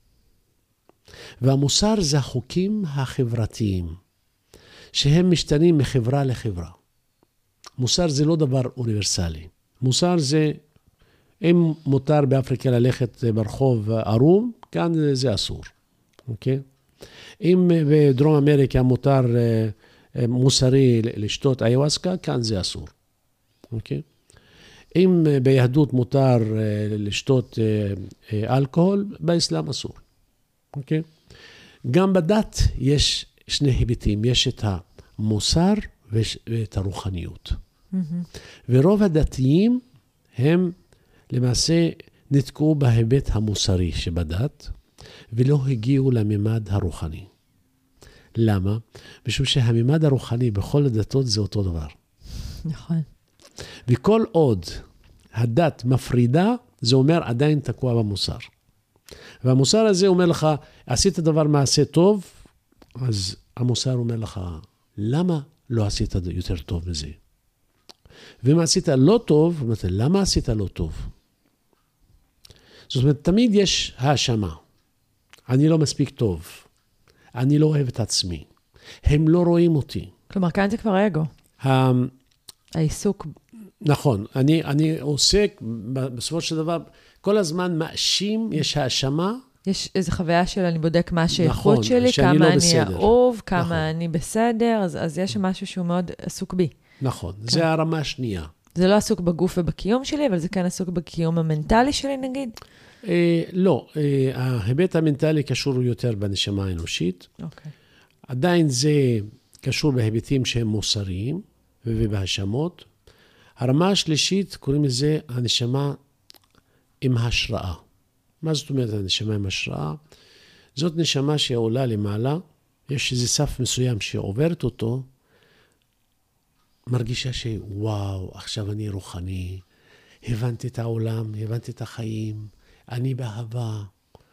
והמוסר זה החוקים החברתיים, שהם משתנים מחברה לחברה. מוסר זה לא דבר אוניברסלי. מוסר זה, אם מותר באפריקה ללכת ברחוב ערום, כאן זה אסור. אוקיי? אם בדרום אמריקה מותר מוסרי לשתות איוואסקה, כאן זה אסור. אוקיי? אם ביהדות מותר לשתות אלכוהול, באסלאם אסור. אוקיי? גם בדת יש שני היבטים. יש את המוסר ואת הרוחניות. Mm-hmm. ורוב הדתיים הם למעשה נתקעו בהיבט המוסרי שבדת, ולא הגיעו לממד הרוחני. למה? משום שהממד הרוחני בכל הדתות זה אותו דבר. נכון. וכל עוד הדת מפרידה, זה אומר עדיין תקוע במוסר. והמוסר הזה אומר לך, עשית דבר מעשה טוב, אז המוסר אומר לך, למה לא עשית יותר טוב מזה? ואם עשית לא טוב, הוא אומר, למה עשית לא טוב? זאת אומרת, תמיד יש האשמה. אני לא מספיק טוב. אני לא אוהב את עצמי. הם לא רואים אותי. כלומר, כאן זה כבר אגו. ה... העיסוק. נכון. אני, אני עוסק, בסופו של דבר, כל הזמן מאשים, יש האשמה. יש איזו חוויה של אני בודק מה השייכות נכון, שלי, שאני כמה לא אני בסדר. אהוב, כמה נכון. אני בסדר, אז, אז יש משהו שהוא מאוד עסוק בי. נכון. כן. זה הרמה השנייה. זה לא עסוק בגוף ובקיום שלי, אבל זה כן עסוק בקיום המנטלי שלי, נגיד? אה, לא. אה, ההיבט המנטלי קשור יותר בנשמה האנושית. אוקיי. עדיין זה קשור בהיבטים שהם מוסריים ובהאשמות. הרמה השלישית, קוראים לזה הנשמה עם השראה. מה זאת אומרת הנשמה עם השראה? זאת נשמה שעולה למעלה, יש איזה סף מסוים שעוברת אותו, מרגישה שוואו, עכשיו אני רוחני, הבנתי את העולם, הבנתי את החיים, אני באהבה.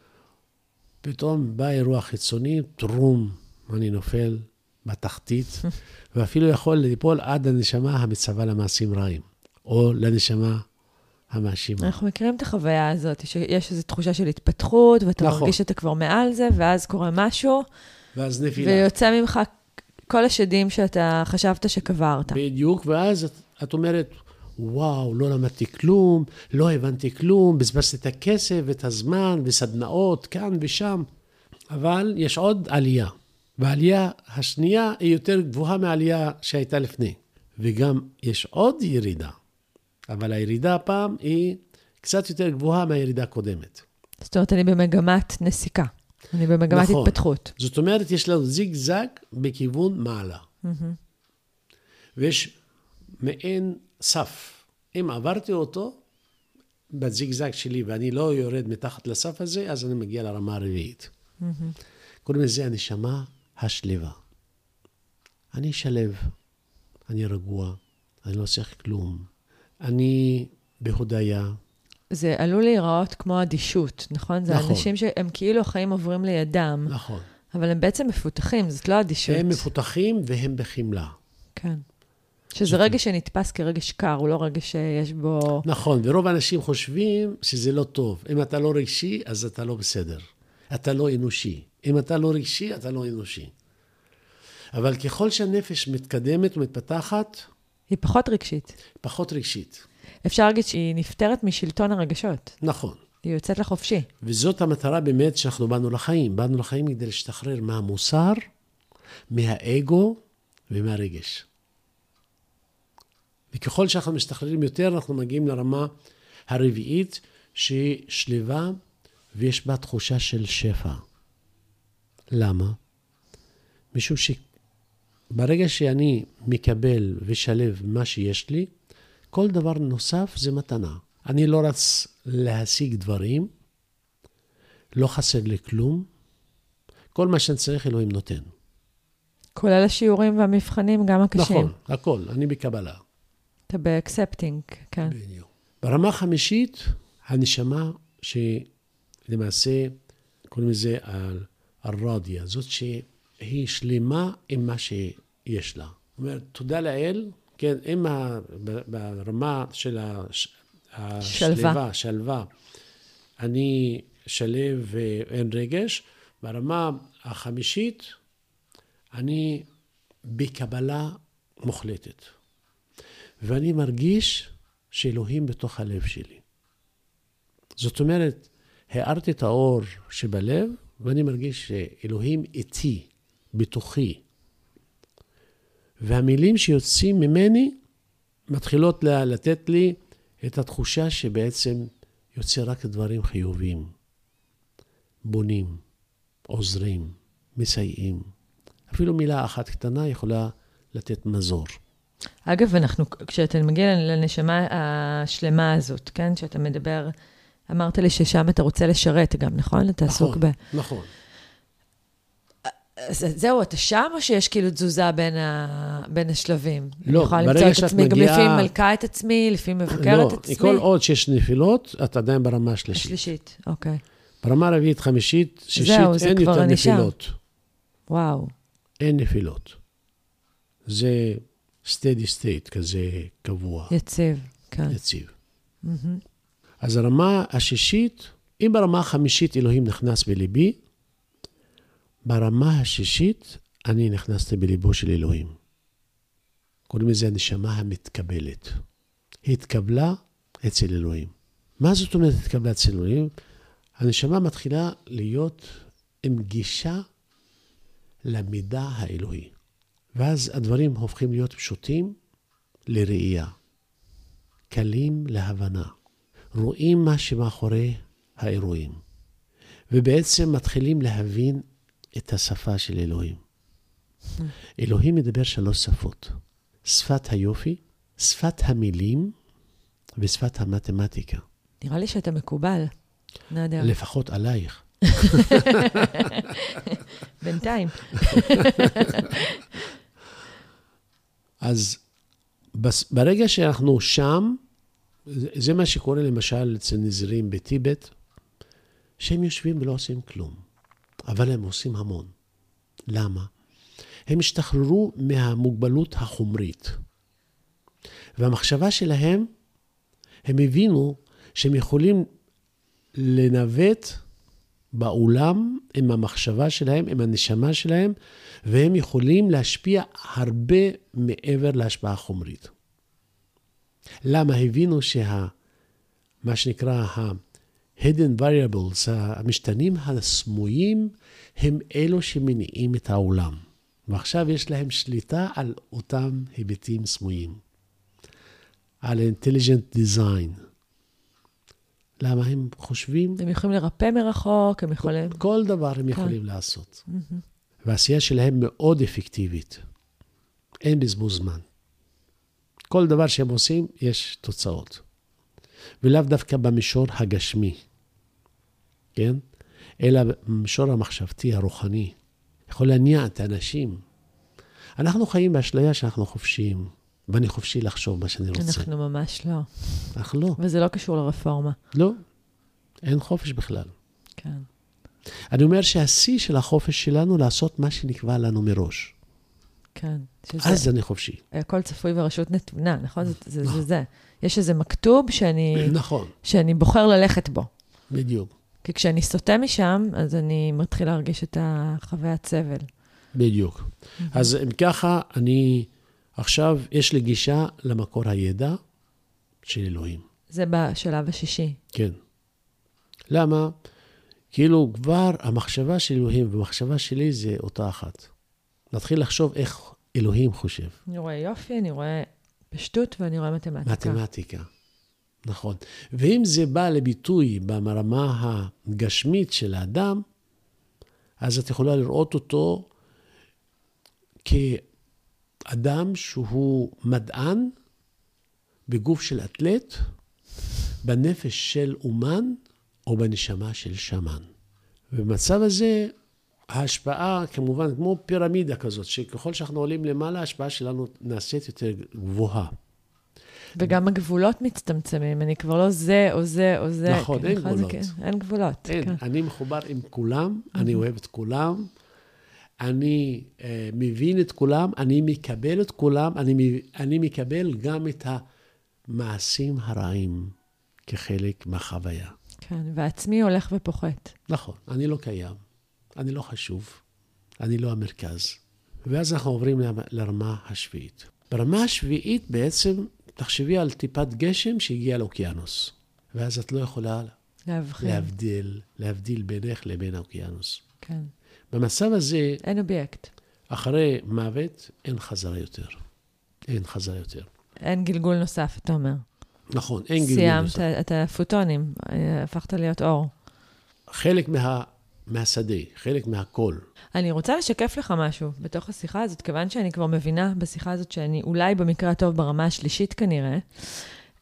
פתאום בא אירוע חיצוני, טרום, אני נופל בתחתית, ואפילו יכול ליפול עד הנשמה המצווה למעשים רעים, או לנשמה המאשימה. אנחנו מכירים את החוויה הזאת, שיש איזו תחושה של התפתחות, ואתה נכון. מרגיש שאתה כבר מעל זה, ואז קורה משהו, ואז נפילה. ויוצא ממך כל השדים שאתה חשבת שקברת. בדיוק, ואז את, את אומרת, וואו, לא למדתי כלום, לא הבנתי כלום, בזבזתי את הכסף ואת הזמן וסדנאות כאן ושם. אבל יש עוד עלייה, והעלייה השנייה היא יותר גבוהה מהעלייה שהייתה לפני. וגם יש עוד ירידה, אבל הירידה הפעם היא קצת יותר גבוהה מהירידה הקודמת. זאת אומרת, אני במגמת נסיקה. אני במגמת נכון. התפתחות. זאת אומרת, יש לנו זיג זג בכיוון מעלה. Mm-hmm. ויש מעין סף. אם עברתי אותו בזיג זג שלי ואני לא יורד מתחת לסף הזה, אז אני מגיע לרמה הרביעית. Mm-hmm. קוראים לזה הנשמה השלווה. אני שלב, אני רגוע, אני לא צריך כלום. אני בהודיה. זה עלול להיראות כמו אדישות, נכון? זה נכון. אנשים שהם כאילו החיים עוברים לידם, נכון. אבל הם בעצם מפותחים, זאת לא אדישות. הם מפותחים והם בחמלה. כן. שזה רגש שנתפס כרגש קר, הוא לא רגש שיש בו... נכון, ורוב האנשים חושבים שזה לא טוב. אם אתה לא רגשי, אז אתה לא בסדר. אתה לא אנושי. אם אתה לא רגשי, אתה לא אנושי. אבל ככל שהנפש מתקדמת ומתפתחת, היא פחות רגשית. פחות רגשית. אפשר להגיד שהיא נפטרת משלטון הרגשות. נכון. היא יוצאת לחופשי. וזאת המטרה באמת שאנחנו באנו לחיים. באנו לחיים כדי להשתחרר מהמוסר, מהאגו ומהרגש. וככל שאנחנו משתחררים יותר, אנחנו מגיעים לרמה הרביעית, שהיא שלווה, ויש בה תחושה של שפע. למה? משום שברגע שאני מקבל ושלב מה שיש לי, כל דבר נוסף זה מתנה. אני לא רץ להשיג דברים, לא חסר לי כלום, כל מה שאני צריך אלוהים נותן. כולל השיעורים והמבחנים, גם הקשים. נכון, הכל, אני בקבלה. אתה באקספטינג, כן. בדיוק. ברמה החמישית, הנשמה שלמעשה, קוראים לזה על הרדיה, זאת שהיא שלמה עם מה שיש לה. זאת אומרת, תודה לאל, כן, אם ברמה של השלווה, שלווה, אני שלב ואין רגש, ברמה החמישית, אני בקבלה מוחלטת. ואני מרגיש שאלוהים בתוך הלב שלי. זאת אומרת, הארתי את האור שבלב, ואני מרגיש שאלוהים איתי, בתוכי. והמילים שיוצאים ממני, מתחילות לתת לי את התחושה שבעצם יוצא רק דברים חיוביים. בונים, עוזרים, מסייעים. אפילו מילה אחת קטנה יכולה לתת מזור. אגב, אנחנו, כשאתה מגיע לנשמה השלמה הזאת, כן? שאתה מדבר אמרת לי ששם אתה רוצה לשרת גם, נכון? אתה עסוק ב... נכון. אז זהו, אתה שם או שיש כאילו תזוזה בין, ה... בין השלבים? לא, ברגע שאת מגיעה... גם לפעמים מלכה את עצמי, לפעמים מבקרת לא, את עצמי? כל עוד שיש נפילות, אתה עדיין ברמה השלישית. השלישית, אוקיי. ברמה רביעית, חמישית, שישית, זהו, אין יותר נפילות. וואו. אין נפילות. זה steady state, כזה קבוע. יציב, כן. יציב. Mm-hmm. אז הרמה השישית, אם ברמה החמישית אלוהים נכנס בליבי, ברמה השישית אני נכנסתי בליבו של אלוהים. קוראים לזה הנשמה המתקבלת. היא התקבלה אצל אלוהים. מה זאת אומרת התקבלה אצל אלוהים? הנשמה מתחילה להיות עם גישה למידע האלוהי. ואז הדברים הופכים להיות פשוטים לראייה. קלים להבנה. רואים מה שמאחורי האירועים. ובעצם מתחילים להבין את השפה של אלוהים. אלוהים מדבר שלוש שפות. שפת היופי, שפת המילים ושפת המתמטיקה. נראה לי שאתה מקובל. נהדר. לפחות עלייך. בינתיים. אז ברגע שאנחנו שם, זה מה שקורה למשל אצל נזירים בטיבט, שהם יושבים ולא עושים כלום. אבל הם עושים המון. למה? הם השתחררו מהמוגבלות החומרית. והמחשבה שלהם, הם הבינו שהם יכולים לנווט באולם עם המחשבה שלהם, עם הנשמה שלהם, והם יכולים להשפיע הרבה מעבר להשפעה החומרית. למה? הבינו שה, מה שנקרא ה-hidden variables, המשתנים הסמויים, הם אלו שמניעים את העולם. ועכשיו יש להם שליטה על אותם היבטים סמויים. על intelligent design. למה הם חושבים? הם יכולים לרפא מרחוק, הם יכולים... כל דבר הם יכולים לעשות. והעשייה שלהם מאוד אפקטיבית. אין בזבוז זמן. כל דבר שהם עושים, יש תוצאות. ולאו דווקא במישור הגשמי. כן? אלא במישור המחשבתי, הרוחני. יכול להניע את האנשים. אנחנו חיים באשליה שאנחנו חופשיים. ואני חופשי לחשוב מה שאני רוצה. אנחנו ממש לא. אך לא. וזה לא קשור לרפורמה. לא. אין חופש בכלל. כן. אני אומר שהשיא של החופש שלנו לעשות מה שנקבע לנו מראש. כן. שזה, אז אני חופשי. הכל צפוי ורשות נתונה, נכון? זה, זה, נכון. זה זה. יש איזה מכתוב שאני... נכון. שאני בוחר ללכת בו. בדיוק. כי כשאני סוטה משם, אז אני מתחילה להרגיש את החוויית סבל. בדיוק. Mm-hmm. אז אם ככה, אני... עכשיו יש לי גישה למקור הידע של אלוהים. זה בשלב השישי. כן. למה? כאילו כבר המחשבה של אלוהים והמחשבה שלי זה אותה אחת. נתחיל לחשוב איך אלוהים חושב. אני רואה יופי, אני רואה פשטות ואני רואה מתמטיקה. מתמטיקה, נכון. ואם זה בא לביטוי ברמה הגשמית של האדם, אז את יכולה לראות אותו כ... אדם שהוא מדען בגוף של אתלט, בנפש של אומן או בנשמה של שמן. ובמצב הזה, ההשפעה כמובן כמו פירמידה כזאת, שככל שאנחנו עולים למעלה, ההשפעה שלנו נעשית יותר גבוהה. וגם הגבולות מצטמצמים, אני כבר לא זה או זה או זה. נכון, אין גבולות. אין גבולות. אין, אני מחובר עם כולם, אני אוהב את כולם, אני uh, מבין את כולם, אני מקבל את כולם, אני, אני מקבל גם את המעשים הרעים כחלק מהחוויה. כן, והעצמי הולך ופוחת. נכון, אני לא קיים, אני לא חשוב, אני לא המרכז. ואז אנחנו עוברים לרמה השביעית. ברמה השביעית בעצם תחשבי על טיפת גשם שהגיעה לאוקיינוס. ואז את לא יכולה להבחין. להבדיל, להבדיל בינך לבין האוקיינוס. כן. במצב הזה... אין אובייקט. אחרי מוות, אין חזרה יותר. אין חזרה יותר. אין גלגול נוסף, אתה אומר. נכון, אין גלגול נוסף. סיימת את הפוטונים, הפכת להיות אור. חלק מה, מהשדה, חלק מהכל. אני רוצה לשקף לך משהו בתוך השיחה הזאת, כיוון שאני כבר מבינה בשיחה הזאת שאני אולי במקרה הטוב ברמה השלישית כנראה,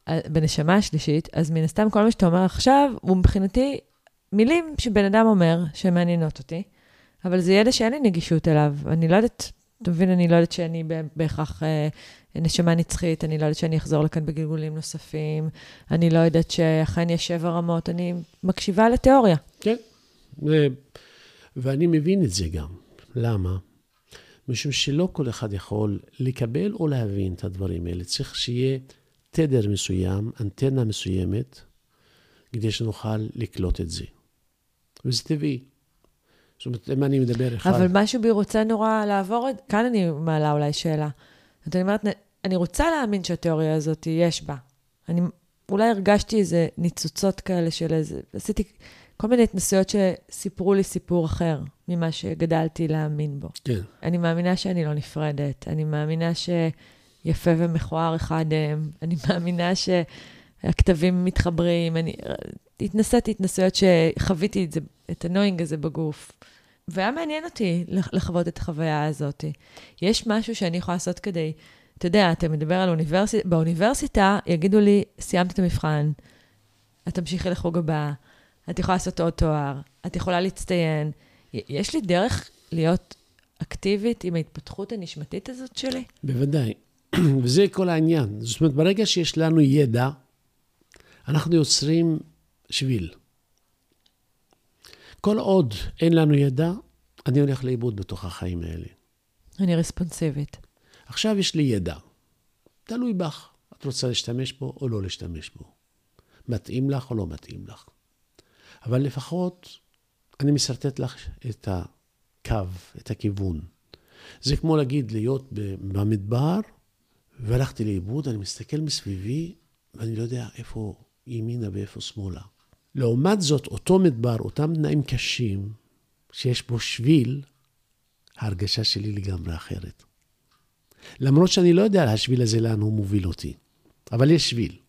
בנשמה השלישית, אז מן הסתם כל מה שאתה אומר עכשיו, הוא מבחינתי מילים שבן אדם אומר, שמעניינות אותי, אבל זה ידע שאין לי נגישות אליו. אני לא יודעת, אתה מבין, אני לא יודעת שאני בהכרח אה, נשמה נצחית, אני לא יודעת שאני אחזור לכאן בגלגולים נוספים, אני לא יודעת שאכן יש שבע רמות, אני מקשיבה לתיאוריה. כן, ו- ואני מבין את זה גם. למה? משום שלא כל אחד יכול לקבל או להבין את הדברים האלה. צריך שיהיה תדר מסוים, אנטנה מסוימת, כדי שנוכל לקלוט את זה. וזה טבעי. זאת אומרת, אם אני מדבר אחד... אבל משהו בי רוצה נורא לעבור, כאן אני מעלה אולי שאלה. אתה אומרת, אני רוצה להאמין שהתיאוריה הזאת יש בה. אני אולי הרגשתי איזה ניצוצות כאלה של איזה... עשיתי כל מיני התנסויות שסיפרו לי סיפור אחר ממה שגדלתי להאמין בו. כן. אני מאמינה שאני לא נפרדת. אני מאמינה שיפה ומכוער אחד הם. אני מאמינה שהכתבים מתחברים. אני התנסיתי התנסויות שחוויתי את זה, את הנוינג הזה בגוף. והיה מעניין אותי לחוות את החוויה הזאת. יש משהו שאני יכולה לעשות כדי, אתה יודע, אתה מדבר על אוניברסיטה, באוניברסיטה יגידו לי, סיימת את המבחן, את תמשיכי לחוג הבא, את יכולה לעשות עוד תואר, את יכולה להצטיין. יש לי דרך להיות אקטיבית עם ההתפתחות הנשמתית הזאת שלי? בוודאי. וזה כל העניין. זאת אומרת, ברגע שיש לנו ידע, אנחנו יוצרים שביל. כל עוד אין לנו ידע, אני הולך לאיבוד בתוך החיים האלה. אני רספונסיבית. עכשיו יש לי ידע. תלוי בך. את רוצה להשתמש בו או לא להשתמש בו. מתאים לך או לא מתאים לך. אבל לפחות אני מסרטט לך את הקו, את הכיוון. זה כמו להגיד להיות במדבר, והלכתי לאיבוד, אני מסתכל מסביבי, ואני לא יודע איפה ימינה ואיפה שמאלה. לעומת זאת, אותו מדבר, אותם תנאים קשים, שיש בו שביל, ההרגשה שלי לגמרי אחרת. למרות שאני לא יודע על השביל הזה לאן הוא מוביל אותי. אבל יש שביל.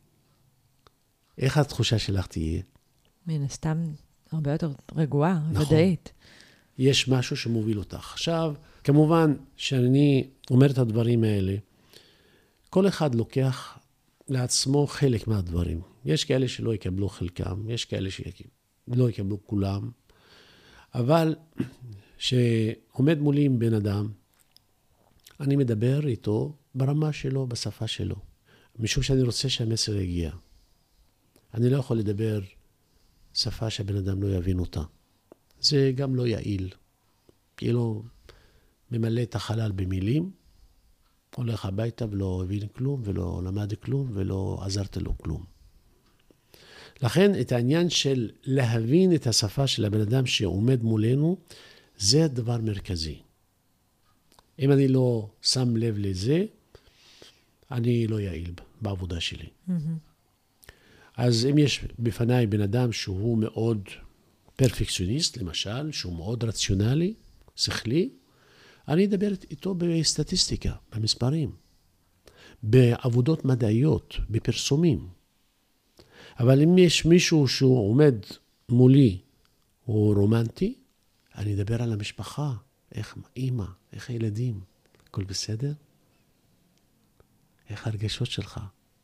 איך התחושה שלך תהיה? מן הסתם הרבה יותר רגועה, נכון. ודאית. יש משהו שמוביל אותך. עכשיו, כמובן שאני אומר את הדברים האלה, כל אחד לוקח לעצמו חלק מהדברים. יש כאלה שלא יקבלו חלקם, יש כאלה שלא יקבלו כולם, אבל שעומד מולי עם בן אדם, אני מדבר איתו ברמה שלו, בשפה שלו. משום שאני רוצה שהמסר יגיע. אני לא יכול לדבר שפה שהבן אדם לא יבין אותה. זה גם לא יעיל. כאילו ממלא את החלל במילים, הולך הביתה ולא הבין כלום, ולא למד כלום, ולא עזרת לו כלום. לכן את העניין של להבין את השפה של הבן אדם שעומד מולנו, זה הדבר מרכזי. אם אני לא שם לב לזה, אני לא יעיל בעבודה שלי. Mm-hmm. אז אם יש בפניי בן אדם שהוא מאוד פרפקציוניסט, למשל, שהוא מאוד רציונלי, שכלי, אני אדבר איתו בסטטיסטיקה, במספרים, בעבודות מדעיות, בפרסומים. אבל אם יש מישהו שהוא עומד מולי, הוא רומנטי, אני אדבר על המשפחה, איך אמא, איך הילדים, הכל בסדר? איך הרגשות שלך?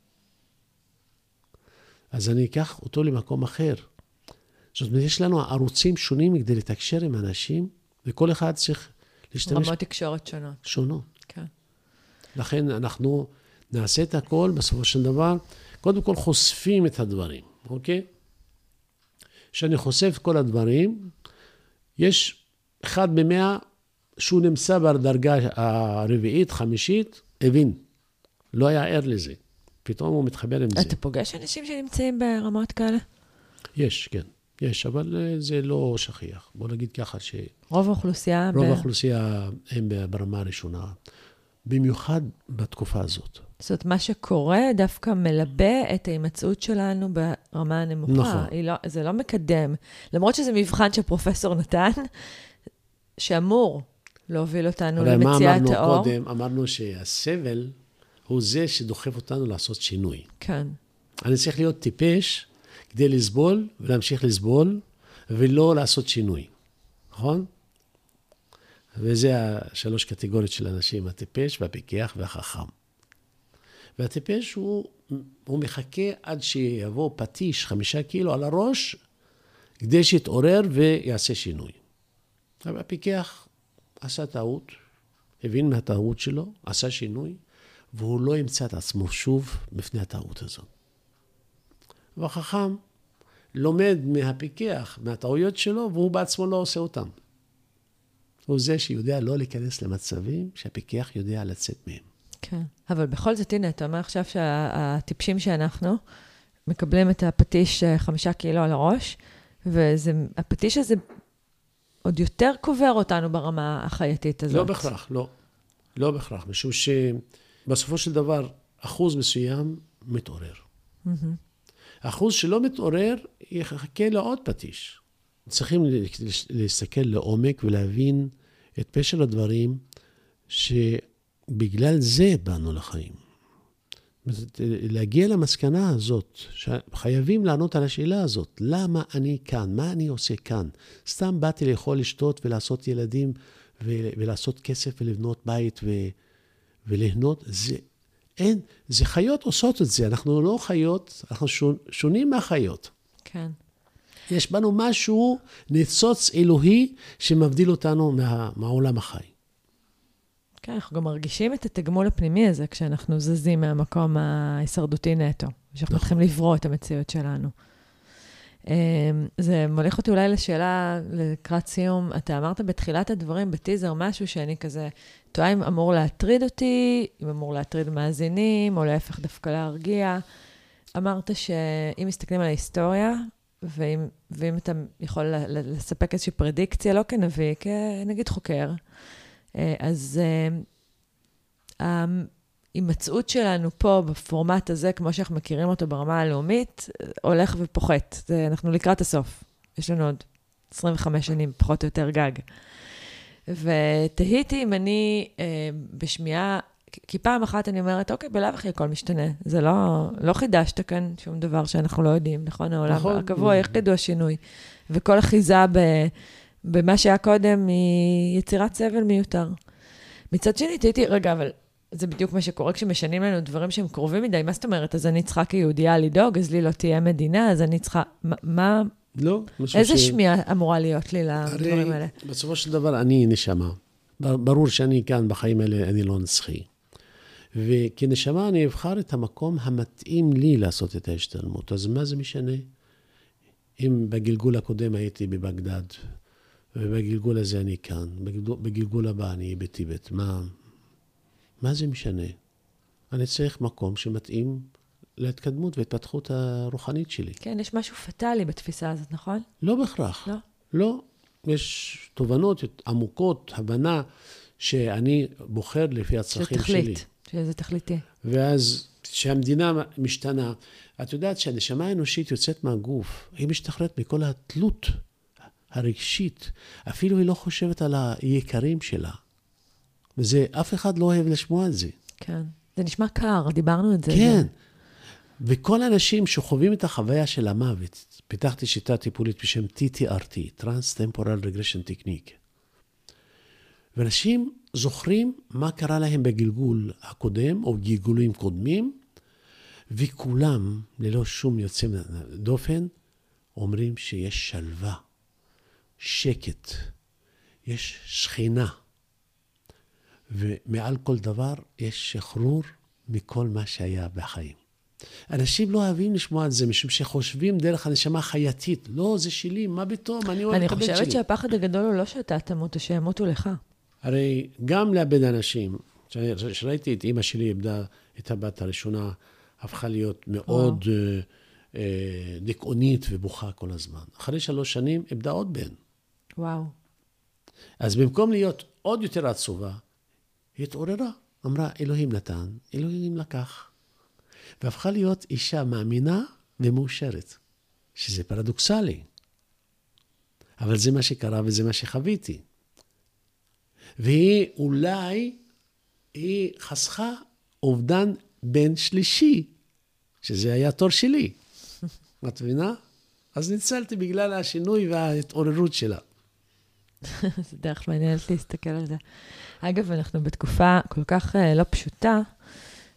אז אני אקח אותו למקום אחר. זאת אומרת, יש לנו ערוצים שונים כדי לתקשר עם אנשים, וכל אחד צריך להשתמש... רמות תקשורת שונות. שונות. כן. לכן אנחנו נעשה את הכל, בסופו של דבר, קודם כל חושפים את הדברים, אוקיי? כשאני חושף כל הדברים, יש אחד במאה שהוא נמצא בדרגה הרביעית, חמישית, הבין. לא היה ער לזה. פתאום הוא מתחבר עם זה. אתה פוגש אנשים שנמצאים ברמות כאלה? יש, כן. יש, אבל זה לא שכיח. בוא נגיד ככה ש... רוב האוכלוסייה... רוב ב... האוכלוסייה הם ברמה הראשונה. במיוחד בתקופה הזאת. זאת אומרת, מה שקורה דווקא מלבה את ההימצאות שלנו ברמה הנמוכה. נכון. לא, זה לא מקדם. למרות שזה מבחן שפרופסור נתן, שאמור להוביל אותנו למציאת האור. הרי מה אמרנו קודם? אמרנו שהסבל הוא זה שדוחף אותנו לעשות שינוי. כן. אני צריך להיות טיפש כדי לסבול ולהמשיך לסבול, ולא לעשות שינוי. נכון? וזה השלוש קטגוריות של אנשים, הטיפש והפיקח והחכם. והטיפש הוא, הוא מחכה עד שיבוא פטיש חמישה קילו על הראש, כדי שיתעורר ויעשה שינוי. אבל הפיקח עשה טעות, הבין מהטעות שלו, עשה שינוי, והוא לא ימצא את עצמו שוב בפני הטעות הזאת. והחכם לומד מהפיקח, מהטעויות שלו, והוא בעצמו לא עושה אותם. הוא זה שיודע לא להיכנס למצבים שהפיקח יודע לצאת מהם. כן, אבל בכל זאת, הנה, אתה אומר עכשיו שהטיפשים שאנחנו מקבלים את הפטיש חמישה קילו על הראש, והפטיש הזה עוד יותר קובר אותנו ברמה החייתית הזאת. לא בכך, לא. לא בכך, משום שבסופו של דבר, אחוז מסוים מתעורר. אחוז שלא מתעורר, יחכה לעוד פטיש. צריכים להסתכל לעומק ולהבין את פשר הדברים שבגלל זה באנו לחיים. להגיע למסקנה הזאת, שחייבים לענות על השאלה הזאת, למה אני כאן? מה אני עושה כאן? סתם באתי לאכול, לשתות ולעשות ילדים ולעשות כסף ולבנות בית וליהנות. זה אין, זה חיות עושות את זה. אנחנו לא חיות, אנחנו שונים מהחיות. כן. יש בנו משהו, ניצוץ אלוהי, שמבדיל אותנו מה, מהעולם החי. כן, אנחנו גם מרגישים את התגמול הפנימי הזה, כשאנחנו זזים מהמקום ההישרדותי נטו, שאנחנו מתחילים לברוא את המציאות שלנו. זה מוליך אותי אולי לשאלה לקראת סיום. אתה אמרת בתחילת הדברים, בטיזר, משהו שאני כזה, תוהה אם אמור להטריד אותי, אם אמור להטריד מאזינים, או להפך דווקא להרגיע. אמרת שאם מסתכלים על ההיסטוריה, ואם, ואם אתה יכול לספק איזושהי פרדיקציה, לא כנביא, כנגיד חוקר, אז ההימצאות שלנו פה בפורמט הזה, כמו שאנחנו מכירים אותו ברמה הלאומית, הולך ופוחת. זה, אנחנו לקראת הסוף. יש לנו עוד עשרים וחמש שנים, פחות או יותר גג. ותהיתי אם אני בשמיעה, כי פעם אחת אני אומרת, אוקיי, בלב אחי הכל משתנה. זה לא, לא חידשת כאן שום דבר שאנחנו לא יודעים, נכון? העולם נכון. הקבוע, איך חידו השינוי. וכל אחיזה ב... במה שהיה קודם היא יצירת סבל מיותר. מצד שני, תהיתי, רגע, אבל זה בדיוק מה שקורה כשמשנים לנו דברים שהם קרובים מדי. מה זאת אומרת? אז אני צריכה כיהודייה לדאוג, אז לי לא תהיה מדינה, אז אני צריכה... מה... לא. איזה ש... שמיעה אמורה להיות לי לדברים האלה? בסופו של דבר, אני נשמה. ברור שאני כאן בחיים האלה, אני לא נצחי. וכנשמה אני אבחר את המקום המתאים לי לעשות את ההשתלמות. אז מה זה משנה? אם בגלגול הקודם הייתי בבגדד, ובגלגול הזה אני כאן, בגלגול, בגלגול הבא אני בטיבט. מה, מה זה משנה? אני צריך מקום שמתאים להתקדמות והתפתחות הרוחנית שלי. כן, יש משהו פטלי בתפיסה הזאת, נכון? לא בהכרח. לא? לא. יש תובנות עמוקות, הבנה שאני בוחר לפי הצרכים שתכלית, שלי. שזה תכליתי. ואז כשהמדינה משתנה, את יודעת שהנשמה האנושית יוצאת מהגוף, היא משתחררת מכל התלות הרגשית, אפילו היא לא חושבת על היקרים שלה. וזה, אף אחד לא אוהב לשמוע את זה. כן. זה נשמע קר, דיברנו את זה. כן. וכל האנשים שחווים את החוויה של המוות, פיתחתי שיטה טיפולית בשם טי טי אר טי, Trans-Temporal Regression Technique. ואנשים זוכרים מה קרה להם בגלגול הקודם, או גלגולים קודמים, וכולם, ללא שום יוצא דופן, אומרים שיש שלווה, שקט, יש שכינה, ומעל כל דבר יש שחרור מכל מה שהיה בחיים. אנשים לא אוהבים לשמוע את זה, משום שחושבים דרך הנשמה חייתית. לא, זה שלי, מה פתאום? אני אוהב את הבית שלי. אני חושבת שהפחד הגדול הוא לא שאתה תמות, או שימותו לך. הרי גם לאבד אנשים, שראיתי את אמא שלי, איבדה את הבת הראשונה, הפכה להיות מאוד אה, אה, דיכאונית ובוכה כל הזמן. אחרי שלוש שנים, איבדה עוד בן. וואו. אז במקום להיות עוד יותר עצובה, היא התעוררה. אמרה, אלוהים נתן, אלוהים לקח. והפכה להיות אישה מאמינה ומאושרת, שזה פרדוקסלי. אבל זה מה שקרה וזה מה שחוויתי. והיא אולי, היא חסכה אובדן בן שלישי, שזה היה תור שלי. את מבינה? אז ניצלתי בגלל השינוי וההתעוררות שלה. זה דרך מעניינת להסתכל על זה. אגב, אנחנו בתקופה כל כך לא פשוטה,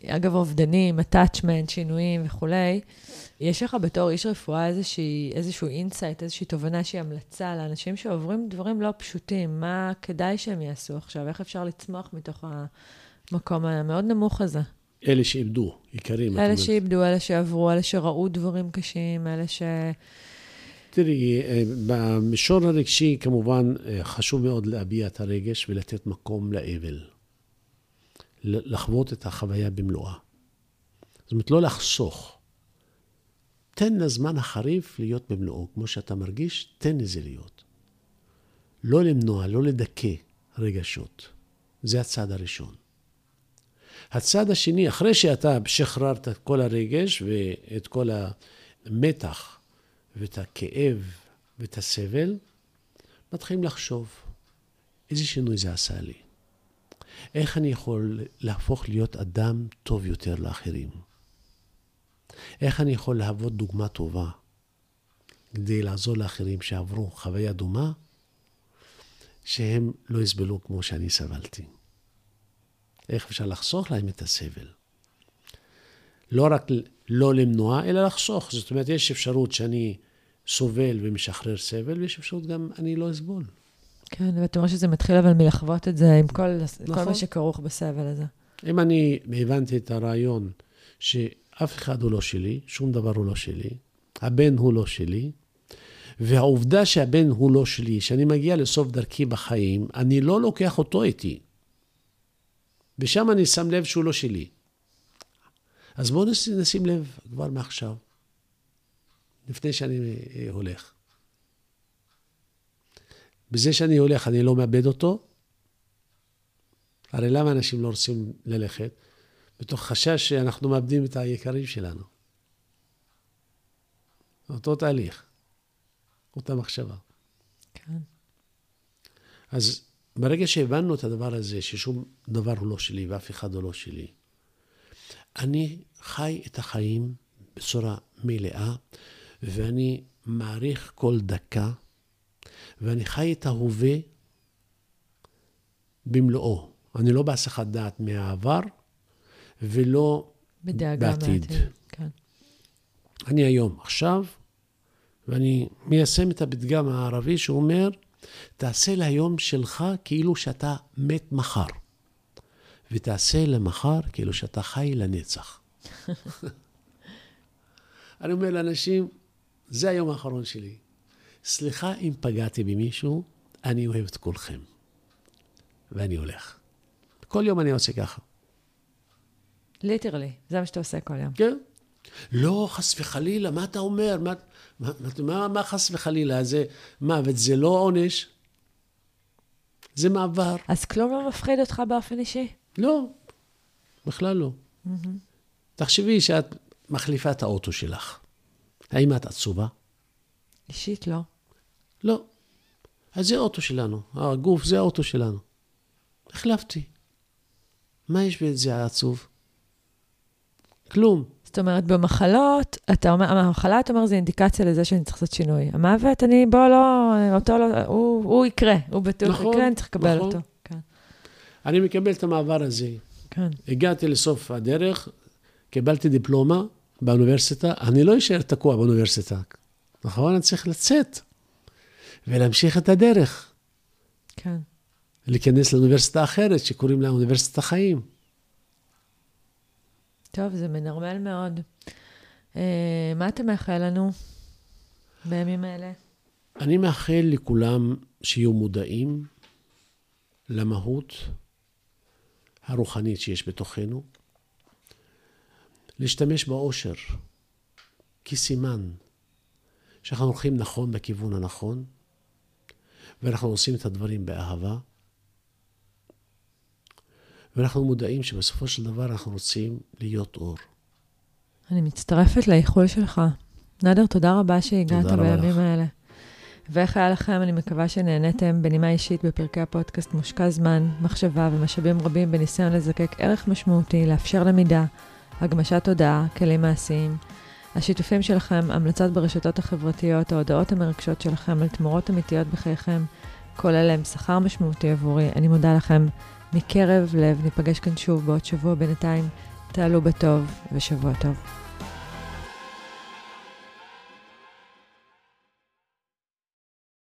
אגב, אובדנים, attachment, שינויים וכולי, יש לך בתור איש רפואה איזושהי, איזשהו אינסייט, איזושהי תובנה שהיא המלצה לאנשים שעוברים דברים לא פשוטים, מה כדאי שהם יעשו עכשיו, איך אפשר לצמוח מתוך המקום המאוד נמוך הזה? אלה שאיבדו, עיקרים. אלה שאיבדו, אלה שעברו, אלה שראו דברים קשים, אלה ש... תראי, במישור הרגשי, כמובן, חשוב מאוד להביע את הרגש ולתת מקום לאבל. לחוות את החוויה במלואה. זאת אומרת, לא לחסוך. תן לזמן החריף להיות במלואו. כמו שאתה מרגיש, תן לזה להיות. לא למנוע, לא לדכא רגשות. זה הצעד הראשון. הצעד השני, אחרי שאתה שחררת את כל הרגש ואת כל המתח ואת הכאב ואת הסבל, מתחילים לחשוב, איזה שינוי זה עשה לי? איך אני יכול להפוך להיות אדם טוב יותר לאחרים? איך אני יכול להוות דוגמה טובה כדי לעזור לאחרים שעברו חוויה דומה, שהם לא יסבלו כמו שאני סבלתי? איך אפשר לחסוך להם את הסבל? לא רק לא למנוע, אלא לחסוך. זאת אומרת, יש אפשרות שאני סובל ומשחרר סבל, ויש אפשרות גם אני לא אסבול. כן, ואתה אומר שזה מתחיל אבל מלחוות את זה עם כל, נכון. כל מה שכרוך בסבל הזה. אם אני הבנתי את הרעיון שאף אחד הוא לא שלי, שום דבר הוא לא שלי, הבן הוא לא שלי, והעובדה שהבן הוא לא שלי, שאני מגיע לסוף דרכי בחיים, אני לא לוקח אותו איתי. ושם אני שם לב שהוא לא שלי. אז בואו נשים לב כבר מעכשיו, לפני שאני הולך. בזה שאני הולך, אני לא מאבד אותו. הרי למה אנשים לא רוצים ללכת? בתוך חשש שאנחנו מאבדים את היקרים שלנו. אותו תהליך, אותה מחשבה. כן. אז ברגע שהבנו את הדבר הזה, ששום דבר הוא לא שלי ואף אחד הוא לא שלי, אני חי את החיים בצורה מלאה, ואני מעריך כל דקה, ואני חי את ההווה במלואו. אני לא בהסחת דעת מהעבר, ולא בעתיד. כן. אני היום, עכשיו, ואני מיישם את הפתגם הערבי שאומר, תעשה להיום שלך כאילו שאתה מת מחר, ותעשה למחר כאילו שאתה חי לנצח. אני אומר לאנשים, זה היום האחרון שלי. סליחה אם פגעתי במישהו, אני אוהב את כולכם. ואני הולך. כל יום אני עושה ככה. ליטרלי, זה מה שאתה עושה כל יום. כן. לא, חס וחלילה, מה אתה אומר? מה, מה, מה, מה חס וחלילה? זה מוות, זה לא עונש. זה מעבר. אז כלום לא מפחיד אותך באופן אישי? לא, בכלל לא. Mm-hmm. תחשבי שאת מחליפה את האוטו שלך. האם את עצובה? אישית לא. לא. אז זה אוטו שלנו. הגוף זה האוטו שלנו. החלפתי. מה יש בזה העצוב? כלום. זאת אומרת, במחלות, אתה אומר, המחלה, אתה אומר, זה אינדיקציה לזה שאני צריך לעשות שינוי. המוות, אני, בוא לא, אותו לא, הוא, הוא יקרה, הוא בטוח נכון, יקרה, אני צריך לקבל נכון. אותו. כן. אני מקבל את המעבר הזה. כן. הגעתי לסוף הדרך, קיבלתי דיפלומה באוניברסיטה, אני לא אשאר תקוע באוניברסיטה. נכון? אני צריך לצאת ולהמשיך את הדרך. כן. להיכנס לאוניברסיטה אחרת, שקוראים לה אוניברסיטת החיים. טוב, זה מנרמל מאוד. אה, מה אתה מאחל לנו בימים האלה? אני מאחל לכולם שיהיו מודעים למהות הרוחנית שיש בתוכנו, להשתמש באושר כסימן שאנחנו הולכים נכון בכיוון הנכון, ואנחנו עושים את הדברים באהבה, ואנחנו מודעים שבסופו של דבר אנחנו רוצים להיות אור. אני מצטרפת לאיחול שלך. נדר, תודה רבה שהגעת בימים האלה. ואיך היה לכם? אני מקווה שנהנתם בנימה אישית בפרקי הפודקאסט מושקע זמן, מחשבה ומשאבים רבים בניסיון לזקק ערך משמעותי, לאפשר למידה, הגמשת תודעה, כלים מעשיים. השיתופים שלכם, המלצות ברשתות החברתיות, ההודעות המרגשות שלכם על תמורות אמיתיות בחייכם, כל אלה הם שכר משמעותי עבורי. אני מודה לכם מקרב לב, ניפגש כאן שוב בעוד שבוע. בינתיים, תעלו בטוב ושבוע טוב.